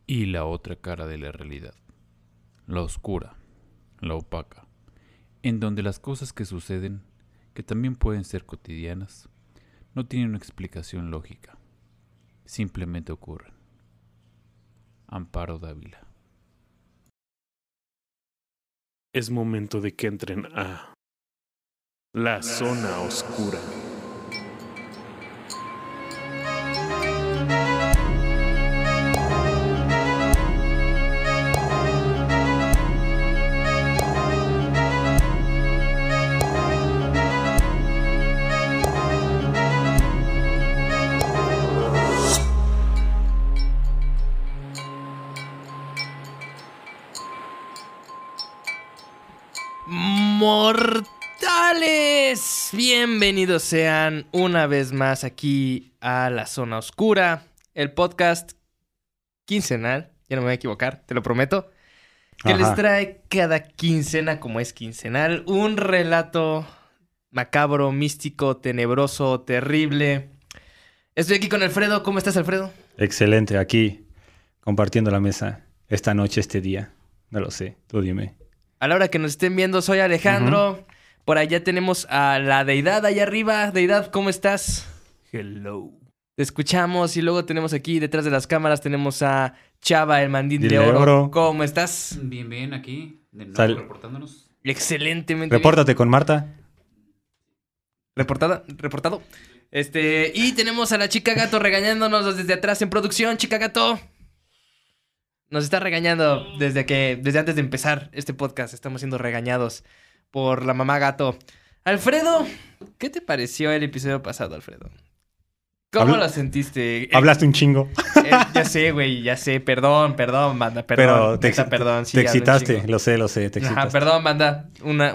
Y la otra cara de la realidad, la oscura, la opaca, en donde las cosas que suceden, que también pueden ser cotidianas, no tienen una explicación lógica, simplemente ocurren. Amparo Dávila. Es momento de que entren a la zona oscura. ¡Mortales! Bienvenidos sean una vez más aquí a La Zona Oscura, el podcast quincenal, ya no me voy a equivocar, te lo prometo, que les trae cada quincena, como es quincenal, un relato macabro, místico, tenebroso, terrible. Estoy aquí con Alfredo. ¿Cómo estás, Alfredo? Excelente, aquí compartiendo la mesa esta noche, este día. No lo sé, tú dime. A la hora que nos estén viendo, soy Alejandro. Por allá tenemos a la deidad allá arriba. Deidad, ¿cómo estás? Hello. Te escuchamos. Y luego tenemos aquí detrás de las cámaras tenemos a Chava, el mandín de Dile oro. oro. ¿Cómo estás? Bien, aquí, de nuevo reportándonos. Excelentemente Repórtate con Marta. bien. Reportado. Y tenemos a la chica gato regañándonos desde atrás en producción. Chica gato. Nos está regañando desde antes de empezar este podcast. Estamos siendo regañados por la mamá gato. Alfredo, ¿qué te pareció el episodio pasado, Alfredo? ¿Cómo lo sentiste? Hablaste un chingo. Ya sé, güey, ya sé. Perdón, banda. Pero Sí, te hablé un excitaste, chingo. lo sé, te excitaste. Ajá, perdón, banda.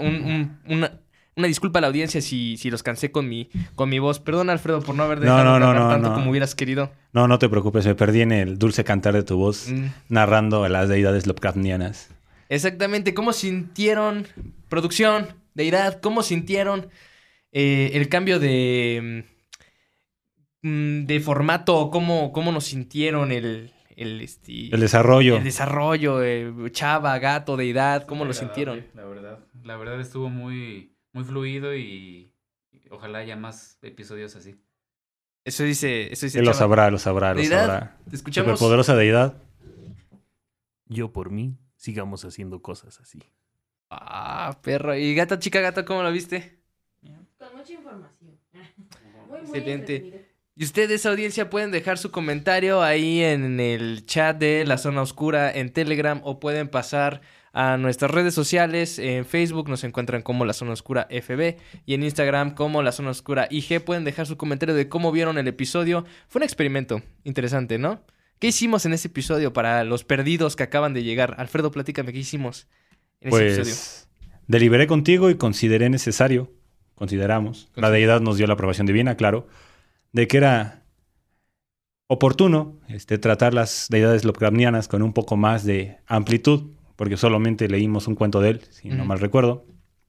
Una disculpa a la audiencia si los cansé con mi voz. Perdón, Alfredo, por no haber dejado de hablar tanto como hubieras querido. No te preocupes, me perdí en el dulce cantar de tu voz, narrando a las deidades Lovecraftianas. Exactamente. ¿Cómo sintieron, producción, deidad, cómo sintieron el cambio de formato? ¿Cómo nos sintieron el desarrollo? El desarrollo, Chava, gato, deidad, ¿cómo lo sintieron? La verdad estuvo muy fluido y ojalá haya más episodios así. Eso dice Él Chava. lo sabrá. Deidad, te escuchamos. Superpoderosa deidad. Yo por mí, sigamos haciendo cosas así. Ah, perro. ¿Y gata, chica gata, cómo lo viste? Con mucha información. Muy Excelente. entretenido. Y ustedes, audiencia, pueden dejar su comentario ahí en el chat de La Zona Oscura en Telegram o pueden pasar a nuestras redes sociales. En Facebook nos encuentran como La Zona Oscura FB y en Instagram como La Zona Oscura IG. Pueden dejar su comentario de cómo vieron el episodio. Fue un experimento interesante, ¿no? ¿Qué hicimos en ese episodio para los perdidos que acaban de llegar? Alfredo, platícame, ¿qué hicimos en ese episodio? Pues deliberé contigo y consideramos, la deidad nos dio la aprobación divina, claro, de que era oportuno tratar las deidades Lovecraftianas con un poco más de amplitud, porque solamente leímos un cuento de él, si no mal recuerdo.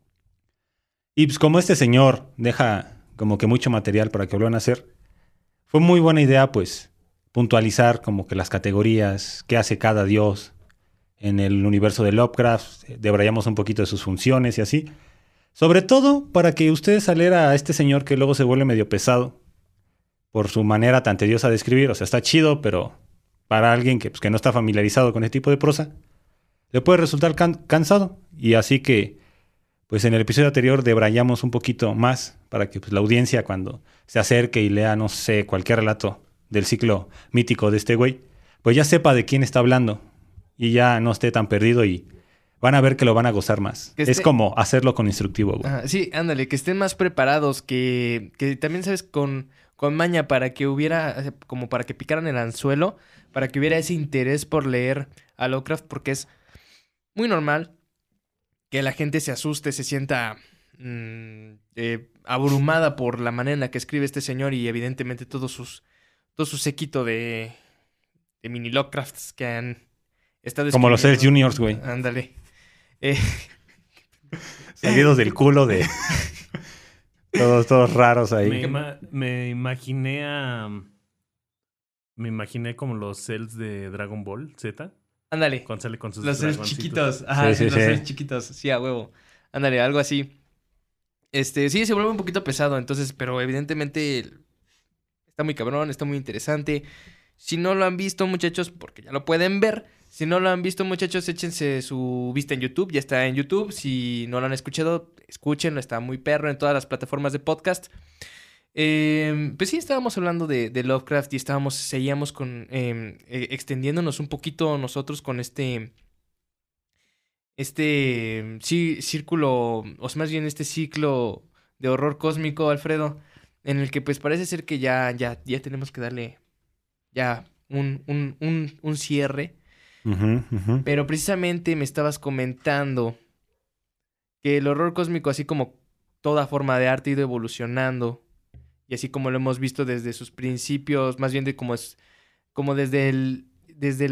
Y pues como este señor deja como que mucho material para que vuelvan a hacer, fue muy buena idea pues puntualizar como que las categorías, qué hace cada dios en el universo de Lovecraft, debrayamos un poquito de sus funciones y así. Sobre todo para que ustedes al leer a este señor que luego se vuelve medio pesado por su manera tan tediosa de escribir, o sea, está chido, pero para alguien que no está familiarizado con este tipo de prosa, le puede resultar cansado. Y así que, pues en el episodio anterior debrayamos un poquito más para que pues, la audiencia cuando se acerque y lea, no sé, cualquier relato del ciclo mítico de este güey, pues ya sepa de quién está hablando y ya no esté tan perdido y van a ver que lo van a gozar más. Es como hacerlo con instructivo, güey. Sí, ándale, que estén más preparados, que también, ¿sabes? Con maña para que hubiera, como para que picaran el anzuelo, para que hubiera ese interés por leer a Lovecraft, porque es muy normal que la gente se asuste, se sienta abrumada por la manera en la que escribe este señor y evidentemente todo su séquito de mini Lovecrafts que han estado como los Hells Juniors, güey. Ándale. Salidos del culo de todos raros ahí. Me imaginé a Me imaginé como los cells de Dragon Ball Z. Ándale. Cuando sale con sus Los cells dragoncitos. chiquitos. Ajá, Sí, sí, sí, los sí. cells chiquitos. Sí, a huevo. Ándale, algo así. Sí, se vuelve un poquito pesado, entonces, pero evidentemente está muy cabrón, está muy interesante. Si no lo han visto, muchachos, porque ya lo pueden ver. Si no lo han visto, muchachos, échense su vista en YouTube. Ya está en YouTube. Si no lo han escuchado, escúchenlo. Está muy perro en todas las plataformas de podcast. Pues sí, estábamos hablando de Lovecraft y seguíamos extendiéndonos un poquito nosotros con sí, círculo, o sea, más bien este ciclo de horror cósmico, Alfredo, en el que pues parece ser que ya tenemos que darle ya un cierre. Ujú, ujú. Pero precisamente me estabas comentando que el horror cósmico, así como toda forma de arte, ha ido evolucionando. Y así como lo hemos visto desde sus principios, más bien de como desde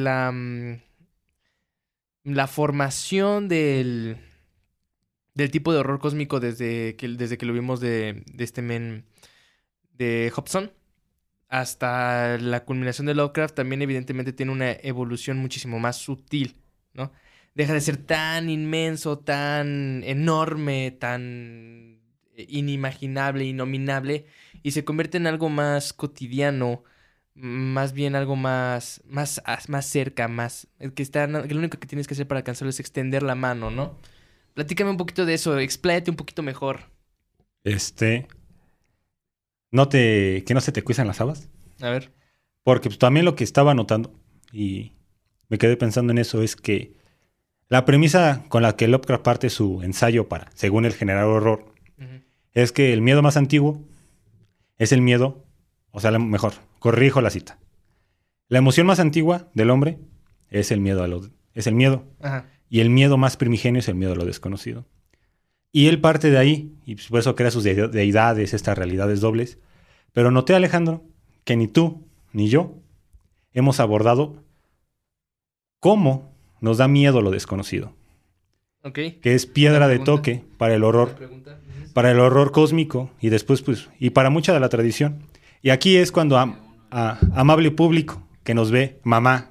la formación del tipo de horror cósmico desde que lo vimos de este men de Hobson hasta la culminación de Lovecraft, también evidentemente tiene una evolución muchísimo más sutil, ¿no? Deja de ser tan inmenso, tan enorme, tan inimaginable, innominable, y se convierte en algo más cotidiano, más bien algo más cerca, que lo único que tienes que hacer para alcanzarlo es extender la mano, ¿no? Platícame un poquito de eso, expláyate un poquito mejor. Que no se te cuezan las habas. A ver. Porque pues, también lo que estaba notando, y me quedé pensando en eso, es que la premisa con la que Lovecraft parte su ensayo para, según él, generar horror, Ujú. es que el miedo más antiguo es el miedo, o sea, mejor, corrijo la cita. La emoción más antigua del hombre es el miedo es el miedo, Ajá. y el miedo más primigenio es el miedo a lo desconocido. Y él parte de ahí, y pues por eso crea sus deidades, estas realidades dobles. Pero noté, Alejandro, que ni tú ni yo hemos abordado cómo nos da miedo lo desconocido, Ok. que es piedra Buena de pregunta. toque para el horror, Buena pregunta. Ujú. para el horror cósmico y después, pues, y para mucha de la tradición. Y aquí es cuando amable público que nos ve, mamá,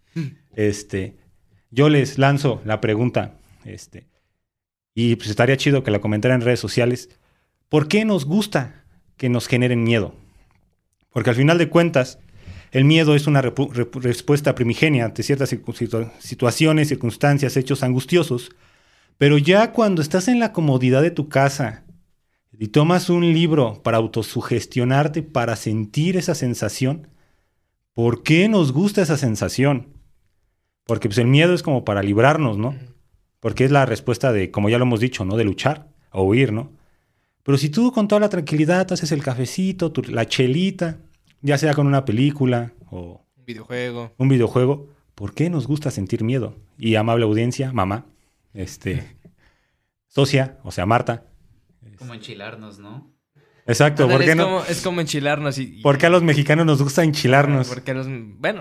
yo les lanzo la pregunta, y pues estaría chido que la comentaran en redes sociales. ¿Por qué nos gusta que nos generen miedo? Porque al final de cuentas, el miedo es una respuesta primigenia ante ciertas situaciones, circunstancias, hechos angustiosos. Pero ya cuando estás en la comodidad de tu casa y tomas un libro para autosugestionarte, para sentir esa sensación, ¿por qué nos gusta esa sensación? Porque pues, el miedo es como para librarnos, ¿no? Ujú. Porque es la respuesta de, como ya lo hemos dicho, ¿no? De luchar o huir, ¿no? Pero si tú con toda la tranquilidad te haces el cafecito, la chelita, ya sea con una película o Un videojuego. un videojuego, ¿por qué nos gusta sentir miedo? Y amable audiencia, mamá, socia, o sea, Marta. Como enchilarnos, ¿no? Exacto, Ándale, ¿por qué no? Es como enchilarnos ¿Por qué a los mexicanos nos gusta enchilarnos? Porque bueno.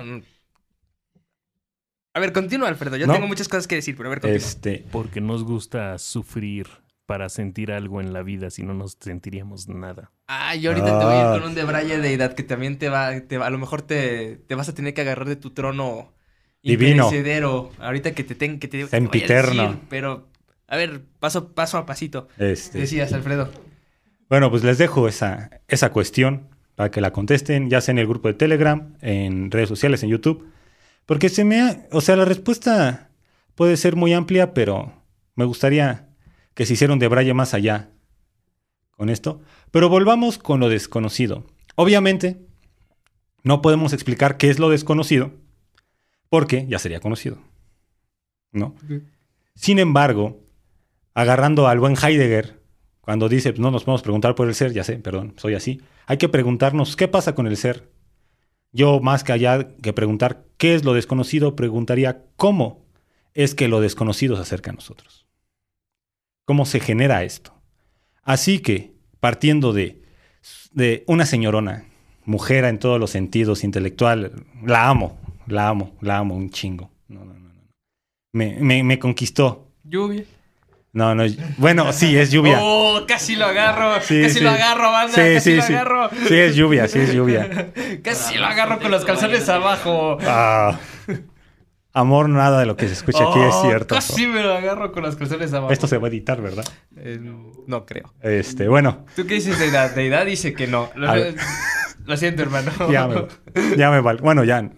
A ver, continúa, Alfredo. Yo ¿No? tengo muchas cosas que decir, pero a ver, continúa. Porque nos gusta sufrir para sentir algo en la vida, si no nos sentiríamos nada. Yo ahorita te voy a ir con un debraye de edad que también a lo mejor te vas a tener que agarrar de tu trono Divino. imperecedero. Ahorita que te voy a Sempiterno. decir, pero a ver, paso a pasito. Este, Decías, Alfredo. Bueno, pues les dejo esa cuestión para que la contesten, ya sea en el grupo de Telegram, en redes sociales, en YouTube. Porque la respuesta puede ser muy amplia, pero me gustaría que se hiciera un debraye más allá con esto. Pero volvamos con lo desconocido. Obviamente, no podemos explicar qué es lo desconocido, porque ya sería conocido, ¿no? Sin embargo, agarrando al buen Heidegger, cuando dice, no nos podemos preguntar por el ser, ya sé, perdón, soy así, hay que preguntarnos qué pasa con el ser. Yo, más que allá que preguntar qué es lo desconocido, preguntaría cómo es que lo desconocido se acerca a nosotros. ¿Cómo se genera esto? Así que, partiendo de una señorona, mujer en todos los sentidos, intelectual, la amo un chingo. No. Me conquistó. Lluvia. No, no. Bueno, sí, es lluvia. ¡Oh! Casi lo agarro. Sí, casi sí. lo agarro, banda. Sí, casi sí, lo sí. agarro. Sí, es lluvia, sí, es lluvia. Casi lo agarro con los calzones abajo. Ah, amor, nada de lo que se escucha aquí es cierto. Casi me lo agarro con los calzones abajo. Esto se va a editar, ¿verdad? No creo. Bueno, ¿Tú qué dices de edad? De edad dice que no. A ver. Lo siento, hermano. ya me vale. Bueno, ya.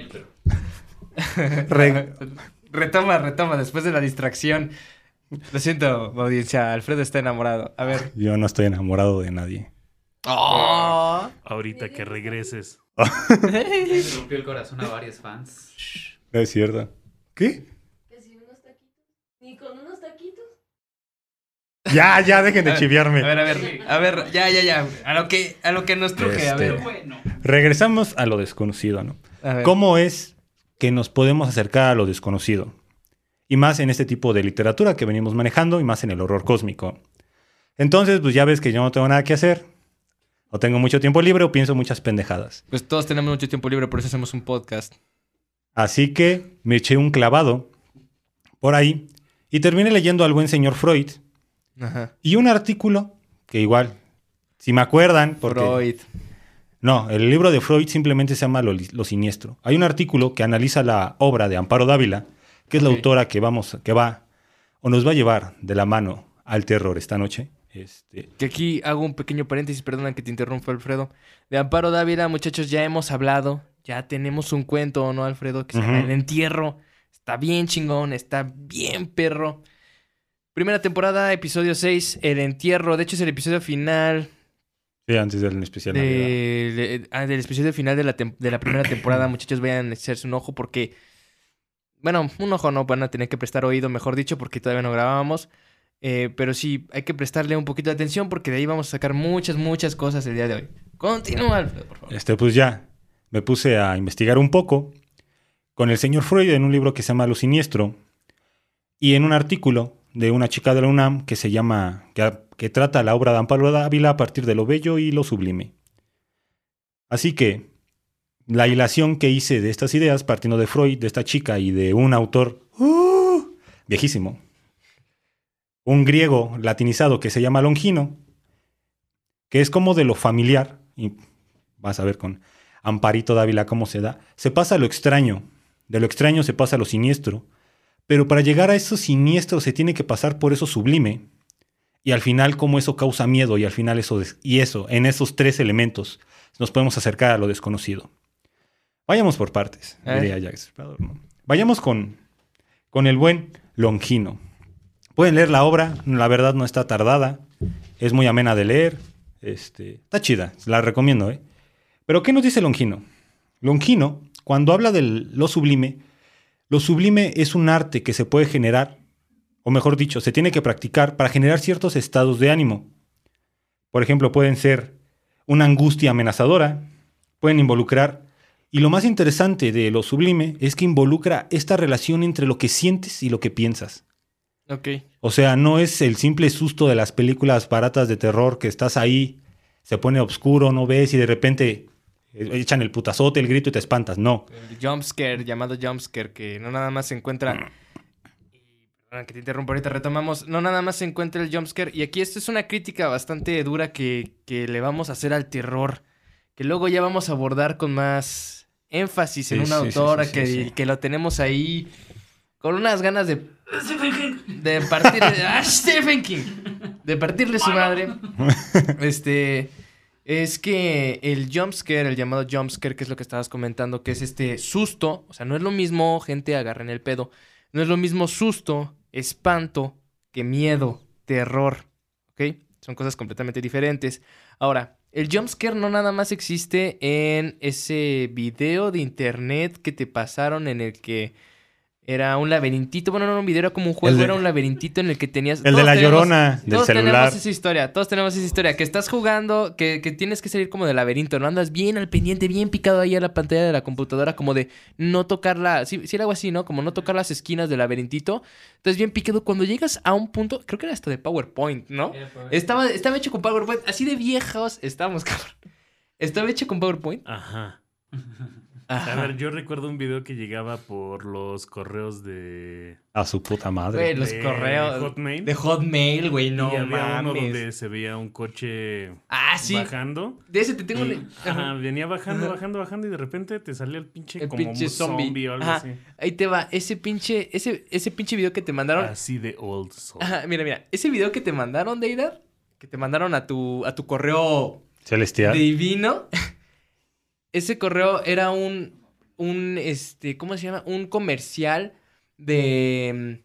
Retoma después de la distracción. Lo siento, audiencia. Alfredo está enamorado. A ver. Yo no estoy enamorado de nadie. ¡Oh! Ahorita que regreses. Le rompió el corazón a varios fans. No es cierto. ¿Qué? Que si unos taquitos. Ni con unos taquitos. Ya, dejen de chiviarme. A ver, ya. A lo que nos truje, a ver. Bueno. Regresamos a lo desconocido, ¿no? A ver. ¿Cómo es que nos podemos acercar a lo desconocido? Y más en este tipo de literatura que venimos manejando y más en el horror cósmico. Entonces, pues ya ves que yo no tengo nada que hacer. O tengo mucho tiempo libre o pienso muchas pendejadas. Pues todos tenemos mucho tiempo libre, por eso hacemos un podcast. Así que me eché un clavado por ahí y terminé leyendo al buen señor Freud Ajá. y un artículo que igual, si me acuerdan, porque... Freud. No, el libro de Freud simplemente se llama Lo Siniestro. Hay un artículo que analiza la obra de Amparo Dávila, que es la Ok. autora que va o nos va a llevar de la mano al terror esta noche. Que aquí hago un pequeño paréntesis, perdona que te interrumpa, Alfredo. De Amparo Dávila, muchachos, ya hemos hablado. Ya tenemos un cuento, ¿no, Alfredo? Que se llama Ujú. El Entierro. Está bien chingón, está bien perro. Primera temporada, episodio 6, El Entierro. De hecho, es el episodio final Sí, antes del especial Navidad. del episodio final de la primera temporada. Muchachos, vayan a echarse un ojo porque... Bueno, un ojo no, van a tener que prestar oído, mejor dicho, porque todavía no grabábamos. Pero sí, hay que prestarle un poquito de atención porque de ahí vamos a sacar muchas cosas el día de hoy. Continúa, Alfredo, por favor. Pues ya me puse a investigar un poco con el señor Freud en un libro que se llama Lo Siniestro y en un artículo de una chica de la UNAM que se llama, que trata la obra de Amparo Dávila a partir de lo bello y lo sublime. Así que la hilación que hice de estas ideas, partiendo de Freud, de esta chica y de un autor viejísimo, un griego latinizado que se llama Longino, que es como de lo familiar, y vas a ver con Amparito Dávila cómo se da, se pasa a lo extraño, de lo extraño se pasa a lo siniestro, pero para llegar a eso siniestro se tiene que pasar por eso sublime, y al final cómo eso causa miedo, y al final en esos tres elementos nos podemos acercar a lo desconocido. Vayamos por partes, diría Jack Stripador, ¿no? Vayamos con el buen Longino. Pueden leer la obra, la verdad no está tardada, es muy amena de leer, está chida, la recomiendo, ¿eh? Pero ¿qué nos dice Longino? Longino, cuando habla de lo sublime es un arte que se puede generar, o mejor dicho, se tiene que practicar para generar ciertos estados de ánimo. Por ejemplo, pueden ser una angustia amenazadora, pueden involucrar, y lo más interesante de lo sublime es que involucra esta relación entre lo que sientes y lo que piensas. Ok. O sea, no es el simple susto de las películas baratas de terror que estás ahí, se pone oscuro, no ves y de repente echan el putazote, el grito y te espantas. No. El jumpscare, llamado jumpscare, que no nada más se encuentra... Perdona que te interrumpo, ahorita retomamos. No nada más se encuentra el jumpscare. Y aquí esto es una crítica bastante dura que le vamos a hacer al terror. Que luego ya vamos a abordar con más énfasis en una autora que lo tenemos ahí con unas ganas de partirle... ¡Ah, Stephen King! De partirle su madre. Es que el jumpscare, el llamado jumpscare, que es lo que estabas comentando, que es este susto, o sea, no es lo mismo, gente, agarren el pedo, no es lo mismo susto, espanto, que miedo, terror, ¿ok? Son cosas completamente diferentes. Ahora, el jumpscare no nada más existe en ese video de internet que te pasaron en el que era un labirintito. Bueno, no era un video, era como un juego. Era un labirintito en el que tenías... El de la Llorona del todos celular. Todos tenemos esa historia. Que estás jugando, que tienes que salir como de laberinto, ¿no? Andas bien al pendiente, bien picado ahí a la pantalla de la computadora, como de no tocar sí era algo así, ¿no? Como no tocar las esquinas del labirintito. Entonces bien picado. Cuando llegas a un punto, creo que era hasta de PowerPoint, ¿no? Estaba hecho con PowerPoint. Así de viejos estábamos, cabrón. Estaba hecho con PowerPoint. Ajá. Ajá. A ver, yo recuerdo un video que llegaba por los correos de... A su puta madre. Güey, los de correos. Hotmail. De Hotmail, güey, no y había uno mames. donde se veía un coche Ah, sí. bajando. De ese te tengo Y, un... ajá, venía bajando, Ajá. bajando y de repente te salía el pinche El como pinche zombie. o algo Ajá. así. Ahí te va. Ese pinche video que te mandaron. Así de old soul. Ajá, mira. Ese video que te mandaron, Deidar, que te mandaron a tu correo Celestial. divino. Ese correo era ¿cómo se llama? Un comercial de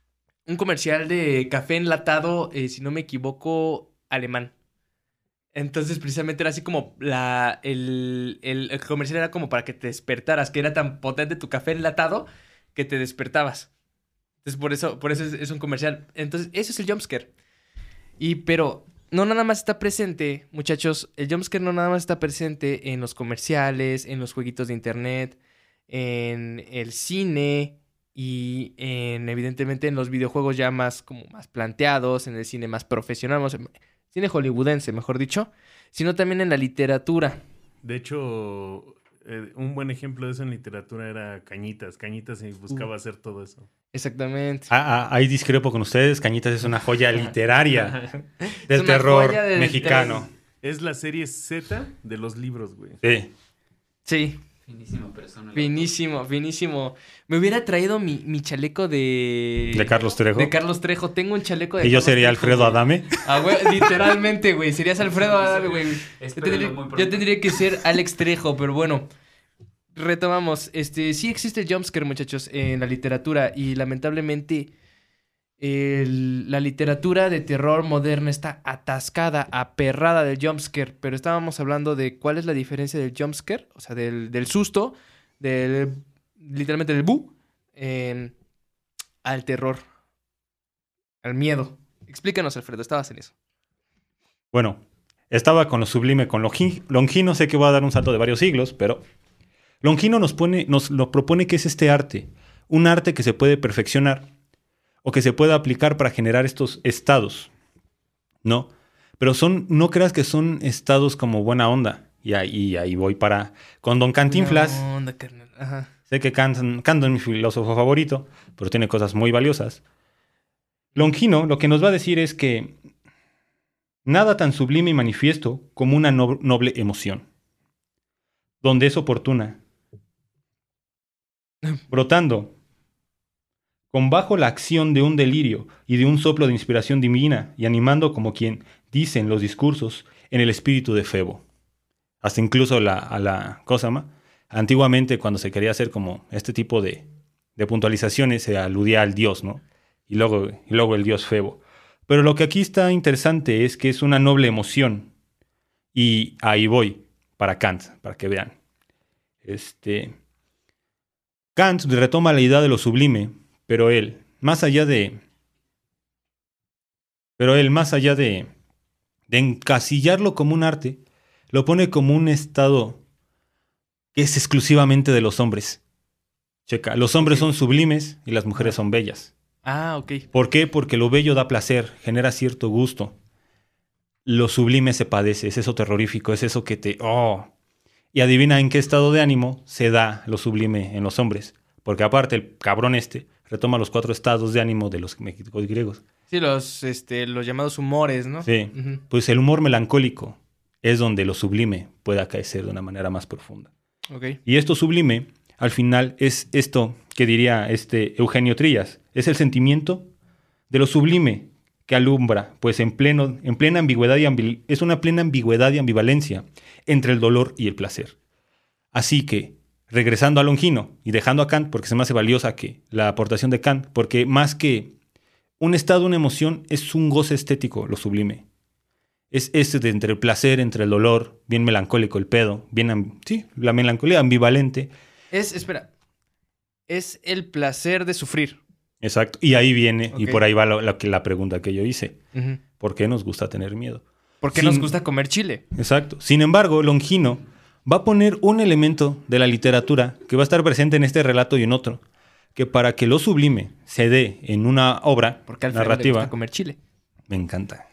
café enlatado, si no me equivoco, alemán. Entonces, precisamente era así como el comercial era como para que te despertaras, que era tan potente tu café enlatado que te despertabas. Entonces, por eso es un comercial. Entonces, eso es el jumpscare. Pero no nada más está presente, muchachos, el jumpscare no nada más está presente en los comerciales, en los jueguitos de internet, en el cine y evidentemente en los videojuegos ya más planteados, en el cine más profesional, cine hollywoodense, mejor dicho, sino también en la literatura. De hecho, un buen ejemplo de eso en literatura era Cañitas. Cañitas y buscaba hacer todo eso. Exactamente. Ahí discrepo con ustedes. Cañitas es una joya literaria Es del una terror joya mexicano. Es la serie Z de los libros, güey. Sí. Sí, Finísima persona. finísimo, finísimo. Me hubiera traído mi chaleco De Carlos Trejo. De Carlos Trejo. Tengo un chaleco de Y yo Carlos sería Trejo, Alfredo güey. Adame. Ah, güey, literalmente, güey. Serías Alfredo Adame, güey. Espérenlo muy pronto. Yo tendría que ser Alex Trejo, pero bueno. Retomamos. Sí existe el jumpscare, muchachos, en la literatura. Y lamentablemente, la literatura de terror moderna está atascada, aperrada del jumpscare. Pero estábamos hablando de cuál es la diferencia del jumpscare, o sea, del susto, literalmente del bu, al terror, al miedo. Explícanos, Alfredo, estabas en eso. Bueno, estaba con lo sublime, con Longino. Sé que voy a dar un salto de varios siglos, pero Longino nos lo propone que es este arte. Un arte que se puede perfeccionar o que se puede aplicar para generar estos estados, ¿no? Pero no creas que son estados como buena onda. Y ahí voy con Don Cantinflas. No, onda, carnal. Ajá. Sé que Canto es mi filósofo favorito, pero tiene cosas muy valiosas. Longino lo que nos va a decir es que nada tan sublime y manifiesto como una noble emoción, donde es oportuna, brotando con bajo la acción de un delirio y de un soplo de inspiración divina y animando como quien dice en los discursos en el espíritu de Febo. Hasta incluso antiguamente cuando se quería hacer como este tipo de puntualizaciones se aludía al dios, ¿no? Y luego el dios Febo. Pero lo que aquí está interesante es que es una noble emoción. Y ahí voy, para Kant, para que vean. Kant retoma la idea de lo sublime, pero él, más allá de encasillarlo como un arte, lo pone como un estado que es exclusivamente de los hombres. Checa, los hombres son sublimes y las mujeres son bellas. Ah, ok. ¿Por qué? Porque lo bello da placer, genera cierto gusto. Lo sublime se padece, es eso terrorífico, es eso que te... ¡Oh! Y adivina en qué estado de ánimo se da lo sublime en los hombres. Porque aparte el cabrón retoma los 4 estados de ánimo de los griegos. Sí, los llamados humores, ¿no? Sí, Ujú. pues el humor melancólico es donde lo sublime puede acaecer de una manera más profunda. Ok. Y esto sublime, al final, es esto que diría Eugenio Trías. Es el sentimiento de lo sublime que alumbra, pues en plena ambigüedad es una plena ambigüedad y ambivalencia entre el dolor y el placer. Así que, regresando a Longino y dejando a Kant, porque se me hace valiosa la aportación de Kant, porque más que un estado, una emoción, es un goce estético, lo sublime. Es de entre el placer, entre el dolor, bien melancólico el pedo, la melancolía ambivalente. Es el placer de sufrir. Exacto. Y ahí viene, y Ok. por ahí va la pregunta que yo hice. Ujú. ¿Por qué nos gusta tener miedo? ¿Por qué Sin- nos gusta comer chile? Exacto. Sin embargo, Longino va a poner un elemento de la literatura que va a estar presente en este relato y en otro, que para que lo sublime se dé en una obra Porque al Alfredo le narrativa, gusta comer chile. me encanta.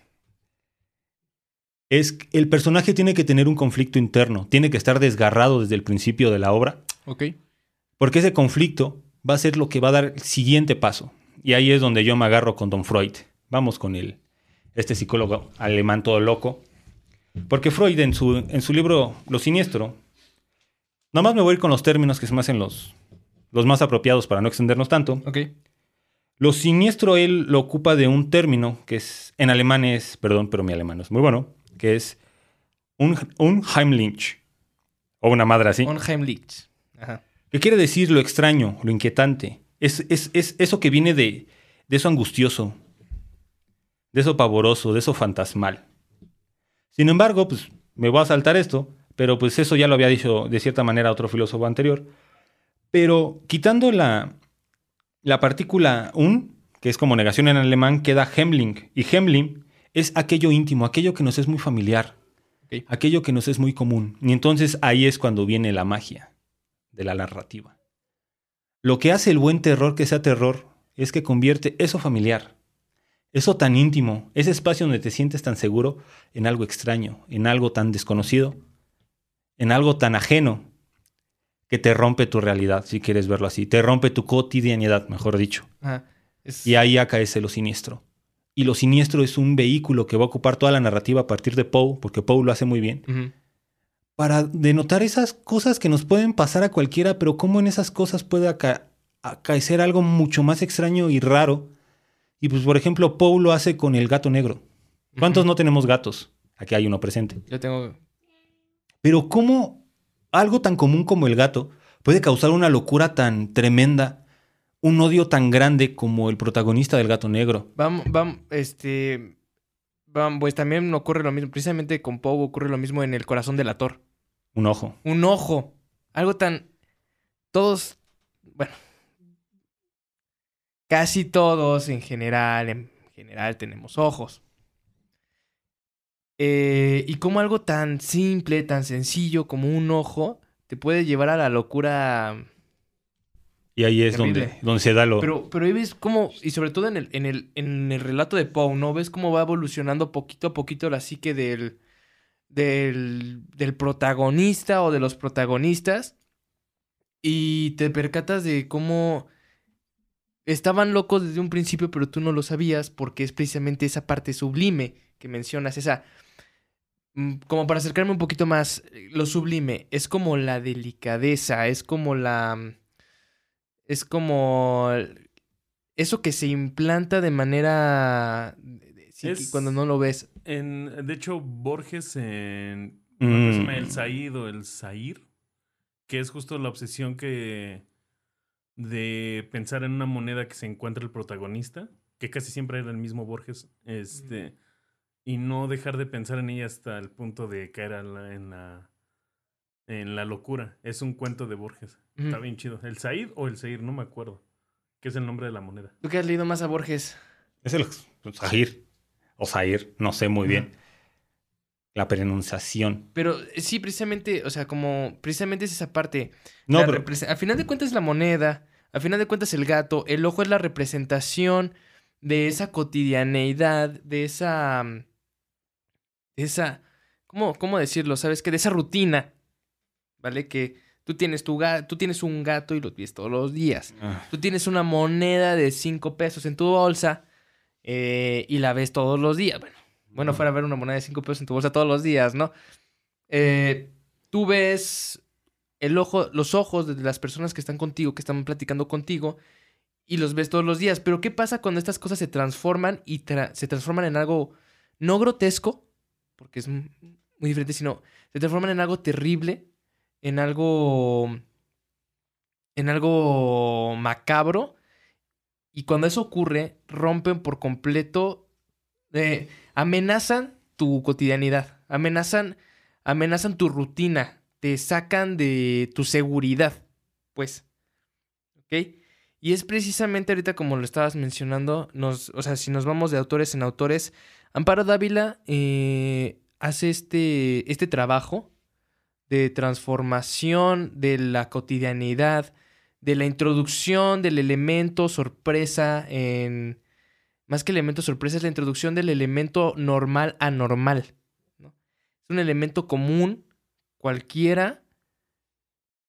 Es que el personaje tiene que tener un conflicto interno, tiene que estar desgarrado desde el principio de la obra Ok. Porque ese conflicto va a ser lo que va a dar el siguiente paso. Y ahí es donde yo me agarro con Don Freud. Vamos con este psicólogo alemán todo loco. Porque Freud en su libro Lo Siniestro, nomás me voy a ir con los términos que se me hacen los más apropiados para no extendernos tanto. Ok. Lo siniestro él lo ocupa de un término que es, en alemán es, perdón, pero mi alemán no es muy bueno, que es un Heimlich, o una madre así. Unheimlich. Ajá. ¿Qué quiere decir lo extraño, lo inquietante? Es eso que viene de eso angustioso, de eso pavoroso, de eso fantasmal. Sin embargo, pues me voy a saltar esto, pero pues eso ya lo había dicho de cierta manera otro filósofo anterior. Pero quitando la partícula un, que es como negación en alemán, queda Hemmling. Y Hemmling es aquello íntimo, aquello que nos es muy familiar, Ok. aquello que nos es muy común. Y entonces ahí es cuando viene la magia de la narrativa. Lo que hace el buen terror que sea terror es que convierte eso familiar, eso tan íntimo, ese espacio donde te sientes tan seguro, en algo extraño, en algo tan desconocido, en algo tan ajeno, que te rompe tu realidad, si quieres verlo así. Te rompe tu cotidianidad, mejor dicho. Ajá. Y ahí acaece lo siniestro. Y lo siniestro es un vehículo que va a ocupar toda la narrativa a partir de Poe, porque Poe lo hace muy bien, Ujú. para denotar esas cosas que nos pueden pasar a cualquiera, pero cómo en esas cosas puede acaecer algo mucho más extraño y raro. Y pues, por ejemplo, Poe lo hace con el gato negro. ¿Cuántos Ujú. no tenemos gatos? Aquí hay uno presente. Yo tengo... Pero cómo algo tan común como el gato puede causar una locura tan tremenda, un odio tan grande como el protagonista del gato negro. Pues también ocurre lo mismo. Precisamente con Poe ocurre lo mismo en El corazón del Ator. Un ojo. Un ojo. Algo tan... Todos... Bueno. Casi todos en general tenemos ojos. Y como algo tan simple, tan sencillo como un ojo, te puede llevar a la locura. Y ahí es Terrible. donde se da lo... Pero ahí ves cómo, y sobre todo en el relato de Poe, ¿no? Ves cómo va evolucionando poquito a poquito la psique del protagonista o de los protagonistas. Y te percatas de cómo estaban locos desde un principio, pero tú no lo sabías porque es precisamente esa parte sublime que mencionas, esa... Como para acercarme un poquito más, lo sublime es como la delicadeza, es como es como eso que se implanta de manera cuando no lo ves. De hecho, Borges en Mm. creo que se llama El Said o El Zahir, que es justo la obsesión de pensar en una moneda que se encuentra el protagonista, que casi siempre era el mismo Borges, y no dejar de pensar en ella hasta el punto de caer en la locura. Es un cuento de Borges. Ujú. Está bien chido. ¿El Said o el Zahir? No me acuerdo. ¿Qué es el nombre de la moneda? ¿Tú qué has leído más a Borges? Es el Zahir. O Zahir, no sé muy bien. La pronunciación. Pero sí, precisamente, o sea, como precisamente es esa parte. No, pero... Al final de cuentas la moneda, al final de cuentas el gato, el ojo es la representación de esa cotidianeidad, de esa, ¿cómo decirlo? ¿Sabes qué? De esa rutina, ¿vale? Que tú tienes tú tienes un gato y lo ves todos los días. Tú tienes una moneda de 5 pesos en tu bolsa y la ves todos los días. Bueno, fuera a ver una moneda de 5 pesos en tu bolsa todos los días, ¿no? Tú ves los ojos de las personas que están contigo, que están platicando contigo, y los ves todos los días. Pero ¿qué pasa cuando estas cosas se transforman y se transforman en algo no grotesco? Porque es muy diferente, sino se transforman en algo terrible, en algo macabro. Y cuando eso ocurre, rompen por completo, amenazan tu cotidianidad, amenazan tu rutina, te sacan de tu seguridad, pues, ¿ok? Y es precisamente ahorita como lo estabas mencionando, o sea, si nos vamos de autores en autores, Amparo Dávila hace este trabajo de transformación de la cotidianidad, de la introducción del elemento sorpresa más que elemento sorpresa, es la introducción del elemento normal anormal, ¿no? Es un elemento común, cualquiera,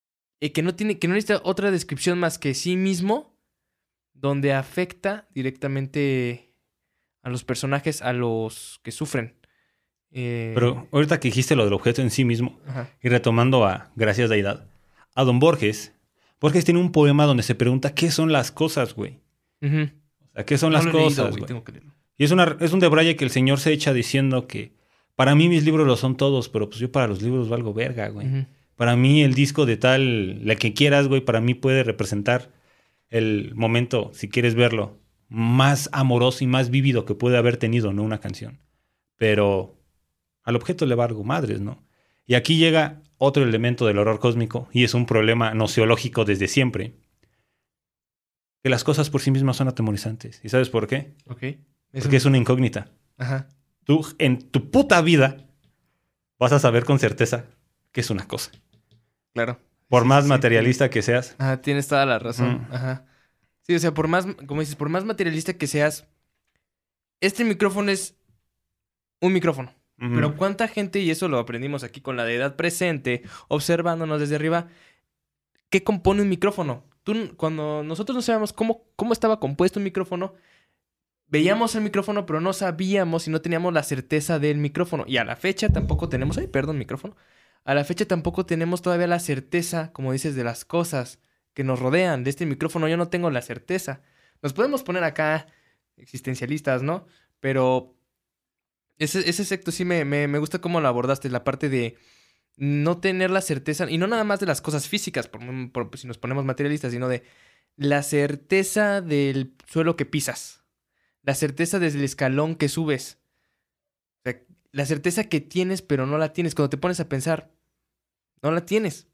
que no necesita otra descripción más que sí mismo, donde afecta directamente a los personajes, a los que sufren. Pero ahorita que dijiste lo del objeto en sí mismo, Ajá. y retomando a Gracias Deidad, a don Borges tiene un poema donde se pregunta qué son las cosas, güey. Ujú. O sea, ¿qué son No las lo he leído, cosas, güey, güey? tengo que leerlo. Y es un debraye que el señor se echa diciendo que para mí mis libros lo son todos, pero pues yo para los libros valgo verga, güey. Ujú. Para mí el disco de tal, la que quieras, güey, para mí puede representar el momento, si quieres verlo, más amoroso y más vívido que puede haber tenido, ¿no? Una canción. Pero al objeto le valgo madres, ¿no? Y aquí llega otro elemento del horror cósmico, y es un problema nociológico desde siempre, que las cosas por sí mismas son atemorizantes. ¿Y sabes por qué? Ok. Porque es una incógnita. Ajá. Tú en tu puta vida vas a saber con certeza que es una cosa. Claro. Por Sí, más sí, materialista que seas. Ajá, tienes toda la razón. Mm. Ajá. Sí, o sea, por más, como dices, por más materialista que seas, este micrófono es un micrófono. Ujú. Pero cuánta gente, y eso lo aprendimos aquí con la deidad presente, observándonos desde arriba, ¿qué compone un micrófono? Cuando nosotros no sabíamos cómo estaba compuesto un micrófono, veíamos el micrófono, pero no sabíamos y no teníamos la certeza del micrófono. Y a la fecha tampoco tenemos... Ay, perdón, micrófono. A la fecha tampoco tenemos todavía la certeza, como dices, de las cosas que nos rodean. De este micrófono yo no tengo la certeza. Nos podemos poner acá existencialistas, ¿no? Pero ese sector sí me gusta cómo lo abordaste. La parte de no tener la certeza, y no nada más de las cosas físicas, si nos ponemos materialistas, sino de la certeza del suelo que pisas. La certeza desde el escalón que subes. O sea, la certeza que tienes, pero no la tienes. Cuando te pones a pensar, no la tienes.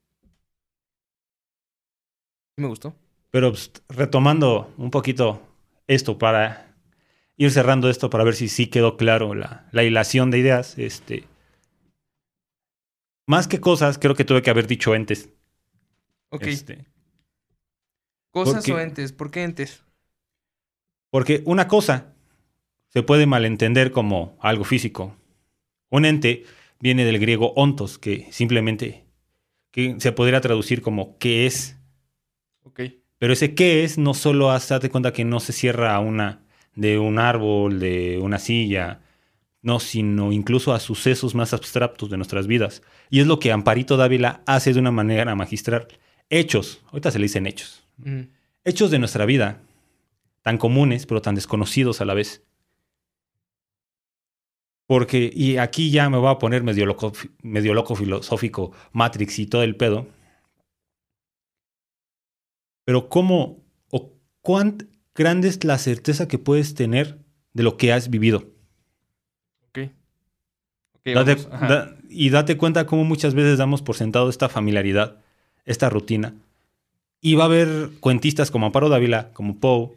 Me gustó. Pero pues, retomando un poquito esto para ir cerrando esto para ver si sí quedó claro la hilación de ideas. Más que cosas, creo que tuve que haber dicho entes. Ok. ¿por Cosas qué? o entes. ¿Por qué entes? Porque una cosa se puede malentender como algo físico. Un ente viene del griego ontos, que simplemente que se podría traducir como qué es. Ok. Pero ese qué es no solo date cuenta que no se cierra a una de un árbol, de una silla, no, sino incluso a sucesos más abstractos de nuestras vidas. Y es lo que Amparito Dávila hace de una manera magistral. Hechos, ahorita se le dicen hechos. Mm. Hechos de nuestra vida, tan comunes pero tan desconocidos a la vez. Porque, y aquí ya me voy a poner medio loco filosófico, Matrix y todo el pedo. Pero ¿cómo o cuán grande es la certeza que puedes tener de lo que has vivido? Ok. Vamos. Ajá. Y date cuenta cómo muchas veces damos por sentado esta familiaridad, esta rutina. Y va a haber cuentistas como Amparo Dávila, como Poe,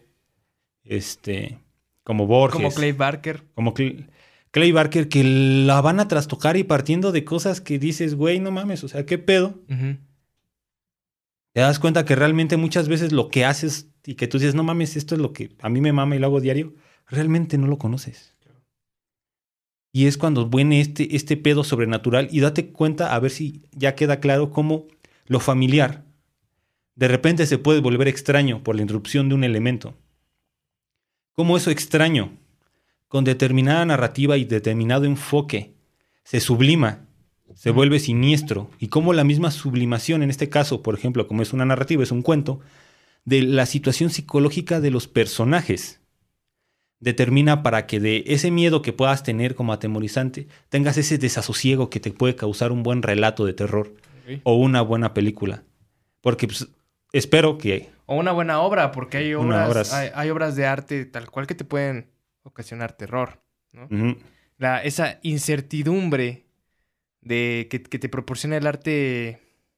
como Borges. Como Clay Barker. Como Clay Barker, que la van a trastocar y partiendo de cosas que dices, güey, no mames, o sea, ¿qué pedo? Ujú. Te das cuenta que realmente muchas veces lo que haces y que tú dices, no mames, esto es lo que a mí me mama y lo hago diario, realmente no lo conoces. Y es cuando viene este pedo sobrenatural y date cuenta a ver si ya queda claro cómo lo familiar de repente se puede volver extraño por la interrupción de un elemento. Cómo eso extraño, con determinada narrativa y determinado enfoque, se sublima, se vuelve siniestro, y cómo la misma sublimación, en este caso, por ejemplo, como es una narrativa, es un cuento, de la situación psicológica de los personajes, determina para que de ese miedo que puedas tener como atemorizante, tengas ese desasosiego que te puede causar un buen relato de terror Ok. o una buena película. Porque pues, espero que... O una buena obra, porque hay Una obras, obras. hay obras de arte tal cual que te pueden ocasionar terror, ¿no? Ujú. Esa incertidumbre de que te proporciona el arte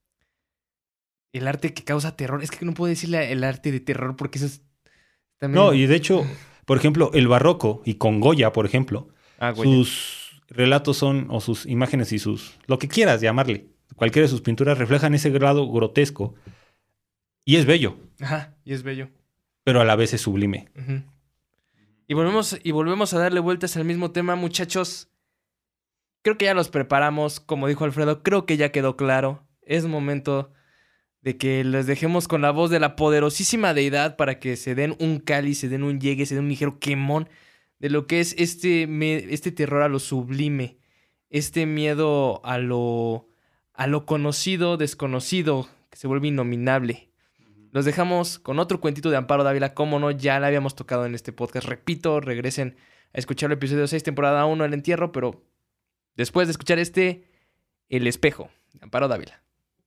que causa terror. Es que no puedo decirle el arte de terror porque eso es también... No, y de hecho, por ejemplo, el barroco y con Goya, por ejemplo, Goya. sus relatos son, o sus imágenes y sus, lo que quieras llamarle, cualquiera de sus pinturas reflejan ese grado grotesco y es bello, Ajá, y es bello. pero a la vez es sublime. Ujú. Y volvemos a darle vueltas al mismo tema, muchachos. Creo que ya los preparamos, como dijo Alfredo, creo que ya quedó claro. Es momento de que les dejemos con la voz de la poderosísima deidad para que se den un cáliz, se den un llegue, se den un ligero quemón de lo que es este terror a lo sublime, este miedo a lo conocido, desconocido, que se vuelve innominable. Los dejamos con otro cuentito de Amparo Dávila, cómo no, ya la habíamos tocado en este podcast. Repito, regresen a escuchar el episodio 6, temporada 1, El Entierro, pero después de escuchar El Espejo, de Amparo Dávila.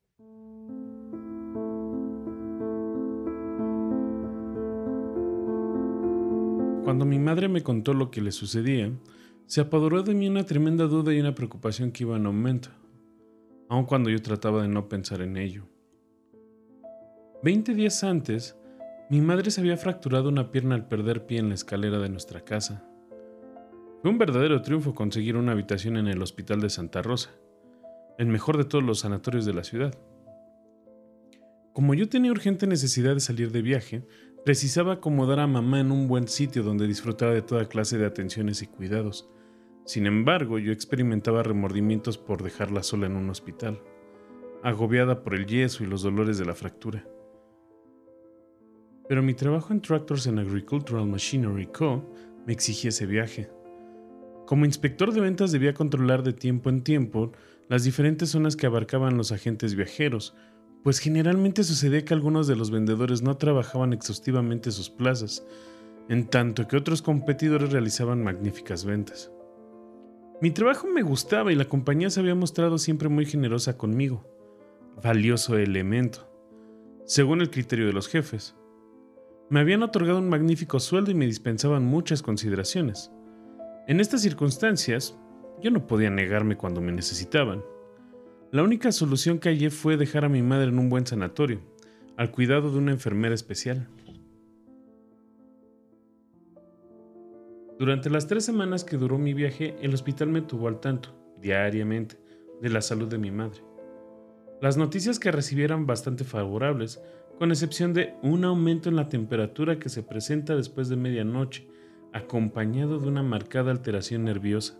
Cuando mi madre me contó lo que le sucedía, se apoderó de mí una tremenda duda y una preocupación que iba en aumento, aun cuando yo trataba de no pensar en ello. 20 días antes, mi madre se había fracturado una pierna al perder pie en la escalera de nuestra casa. Fue un verdadero triunfo conseguir una habitación en el Hospital de Santa Rosa, el mejor de todos los sanatorios de la ciudad. Como yo tenía urgente necesidad de salir de viaje, precisaba acomodar a mamá en un buen sitio donde disfrutara de toda clase de atenciones y cuidados. Sin embargo, yo experimentaba remordimientos por dejarla sola en un hospital, agobiada por el yeso y los dolores de la fractura. Pero mi trabajo en Tractors and Agricultural Machinery Co. me exigía ese viaje. Como inspector de ventas debía controlar de tiempo en tiempo las diferentes zonas que abarcaban los agentes viajeros, pues generalmente sucedía que algunos de los vendedores no trabajaban exhaustivamente sus plazas, en tanto que otros competidores realizaban magníficas ventas. Mi trabajo me gustaba y la compañía se había mostrado siempre muy generosa conmigo. Valioso elemento, según el criterio de los jefes. Me habían otorgado un magnífico sueldo y me dispensaban muchas consideraciones. En estas circunstancias, yo no podía negarme cuando me necesitaban. La única solución que hallé fue dejar a mi madre en un buen sanatorio, al cuidado de una enfermera especial. Durante las 3 semanas que duró mi viaje, el hospital me tuvo al tanto, diariamente, de la salud de mi madre. Las noticias que recibí eran bastante favorables, con excepción de un aumento en la temperatura que se presenta después de medianoche, acompañado de una marcada alteración nerviosa.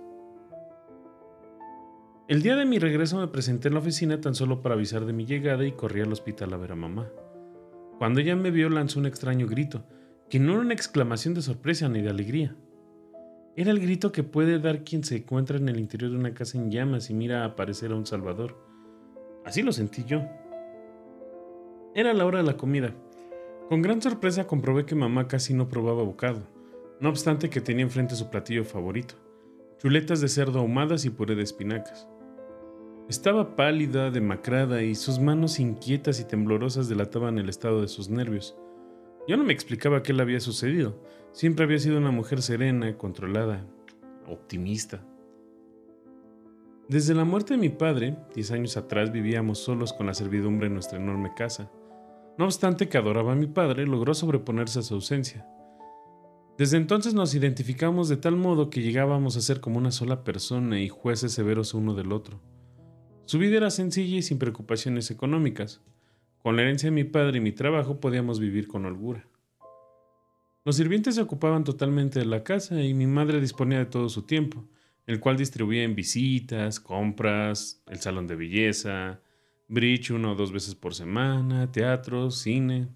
El día de mi regreso me presenté en la oficina tan solo para avisar de mi llegada y corrí al hospital a ver a mamá. Cuando ella me vio lanzó un extraño grito, que no era una exclamación de sorpresa ni de alegría. Era el grito que puede dar quien se encuentra en el interior de una casa en llamas y mira aparecer a un salvador. Así lo sentí yo. Era la hora de la comida. Con gran sorpresa comprobé que mamá casi no probaba bocado, no obstante que tenía enfrente su platillo favorito, chuletas de cerdo ahumadas y puré de espinacas. Estaba pálida, demacrada y sus manos inquietas y temblorosas delataban el estado de sus nervios. Yo no me explicaba qué le había sucedido. Siempre había sido una mujer serena, controlada, optimista. Desde la muerte de mi padre, 10 años atrás vivíamos solos con la servidumbre en nuestra enorme casa. No obstante que adoraba a mi padre, logró sobreponerse a su ausencia. Desde entonces nos identificamos de tal modo que llegábamos a ser como una sola persona y jueces severos uno del otro. Su vida era sencilla y sin preocupaciones económicas. Con la herencia de mi padre y mi trabajo podíamos vivir con holgura. Los sirvientes se ocupaban totalmente de la casa y mi madre disponía de todo su tiempo, el cual distribuía en visitas, compras, el salón de belleza, bridge 1 o 2 veces por semana, teatro, cine.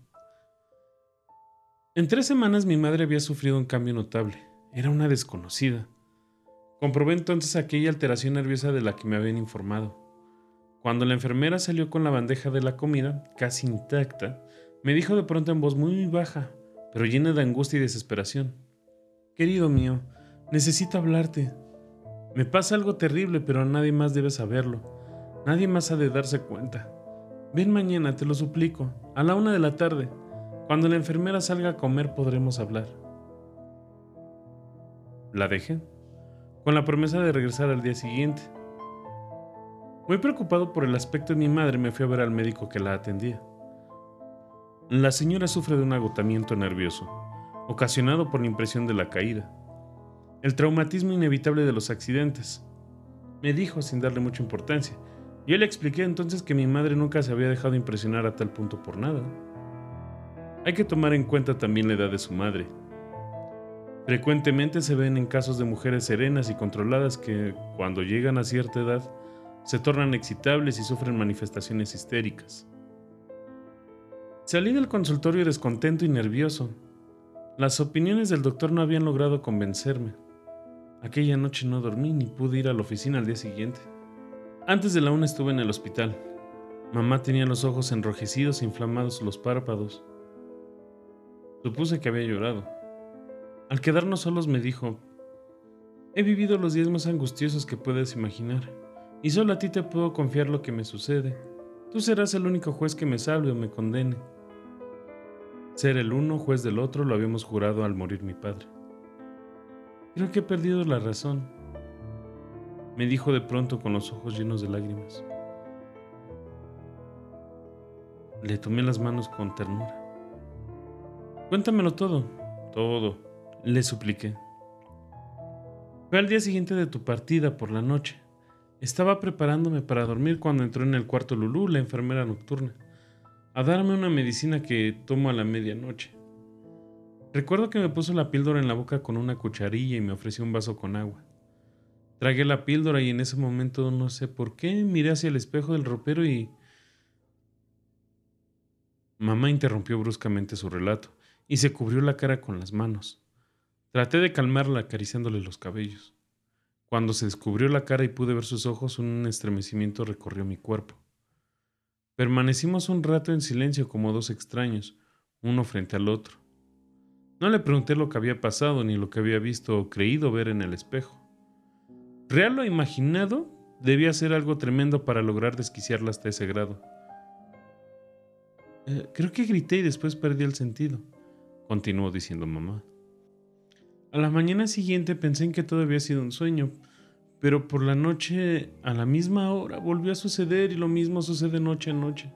En 3 semanas mi madre había sufrido un cambio notable. Era una desconocida. Comprobé entonces aquella alteración nerviosa de la que me habían informado. Cuando la enfermera salió con la bandeja de la comida, casi intacta, me dijo de pronto en voz muy baja, pero llena de angustia y desesperación: «Querido mío, necesito hablarte. Me pasa algo terrible, pero nadie más debe saberlo. Nadie más ha de darse cuenta. Ven mañana, te lo suplico, a la 1 de la tarde. Cuando la enfermera salga a comer podremos hablar». La dejé, con la promesa de regresar al día siguiente. Muy preocupado por el aspecto de mi madre, me fui a ver al médico que la atendía. La señora sufre de un agotamiento nervioso, ocasionado por la impresión de la caída. El traumatismo inevitable de los accidentes, me dijo sin darle mucha importancia. Yo le expliqué entonces que mi madre nunca se había dejado impresionar a tal punto por nada. Hay que tomar en cuenta también la edad de su madre. Frecuentemente se ven en casos de mujeres serenas y controladas que, cuando llegan a cierta edad, se tornan excitables y sufren manifestaciones histéricas. Salí del consultorio descontento y nervioso. Las opiniones del doctor no habían logrado convencerme. Aquella noche no dormí ni pude ir a la oficina al día siguiente. Antes de la 1 estuve en el hospital. Mamá tenía los ojos enrojecidos e inflamados los párpados. Supuse que había llorado. Al quedarnos solos me dijo: he vivido los días más angustiosos que puedes imaginar, y solo a ti te puedo confiar lo que me sucede. Tú serás el único juez que me salve o me condene. Ser el uno, juez del otro, lo habíamos jurado al morir mi padre. Creo que he perdido la razón, me dijo de pronto con los ojos llenos de lágrimas. Le tomé las manos con ternura. Cuéntamelo todo, le supliqué. Fue al día siguiente de tu partida por la noche. Estaba preparándome para dormir cuando entró en el cuarto Lulú, la enfermera nocturna, a darme una medicina que tomo a la medianoche. Recuerdo que me puso la píldora en la boca con una cucharilla y me ofreció un vaso con agua. Tragué la píldora y en ese momento, no sé por qué, miré hacia el espejo del ropero y... Mamá interrumpió bruscamente su relato y se cubrió la cara con las manos. Traté de calmarla acariciándole los cabellos. Cuando se descubrió la cara y pude ver sus ojos, un estremecimiento recorrió mi cuerpo. Permanecimos un rato en silencio como dos extraños, uno frente al otro. No le pregunté lo que había pasado ni lo que había visto o creído ver en el espejo. Real o imaginado, debía ser algo tremendo para lograr desquiciarla hasta ese grado. Creo que grité y después perdí el sentido, continuó diciendo mamá. A la mañana siguiente pensé en que todo había sido un sueño, pero por la noche, a la misma hora, volvió a suceder y lo mismo sucede noche a noche.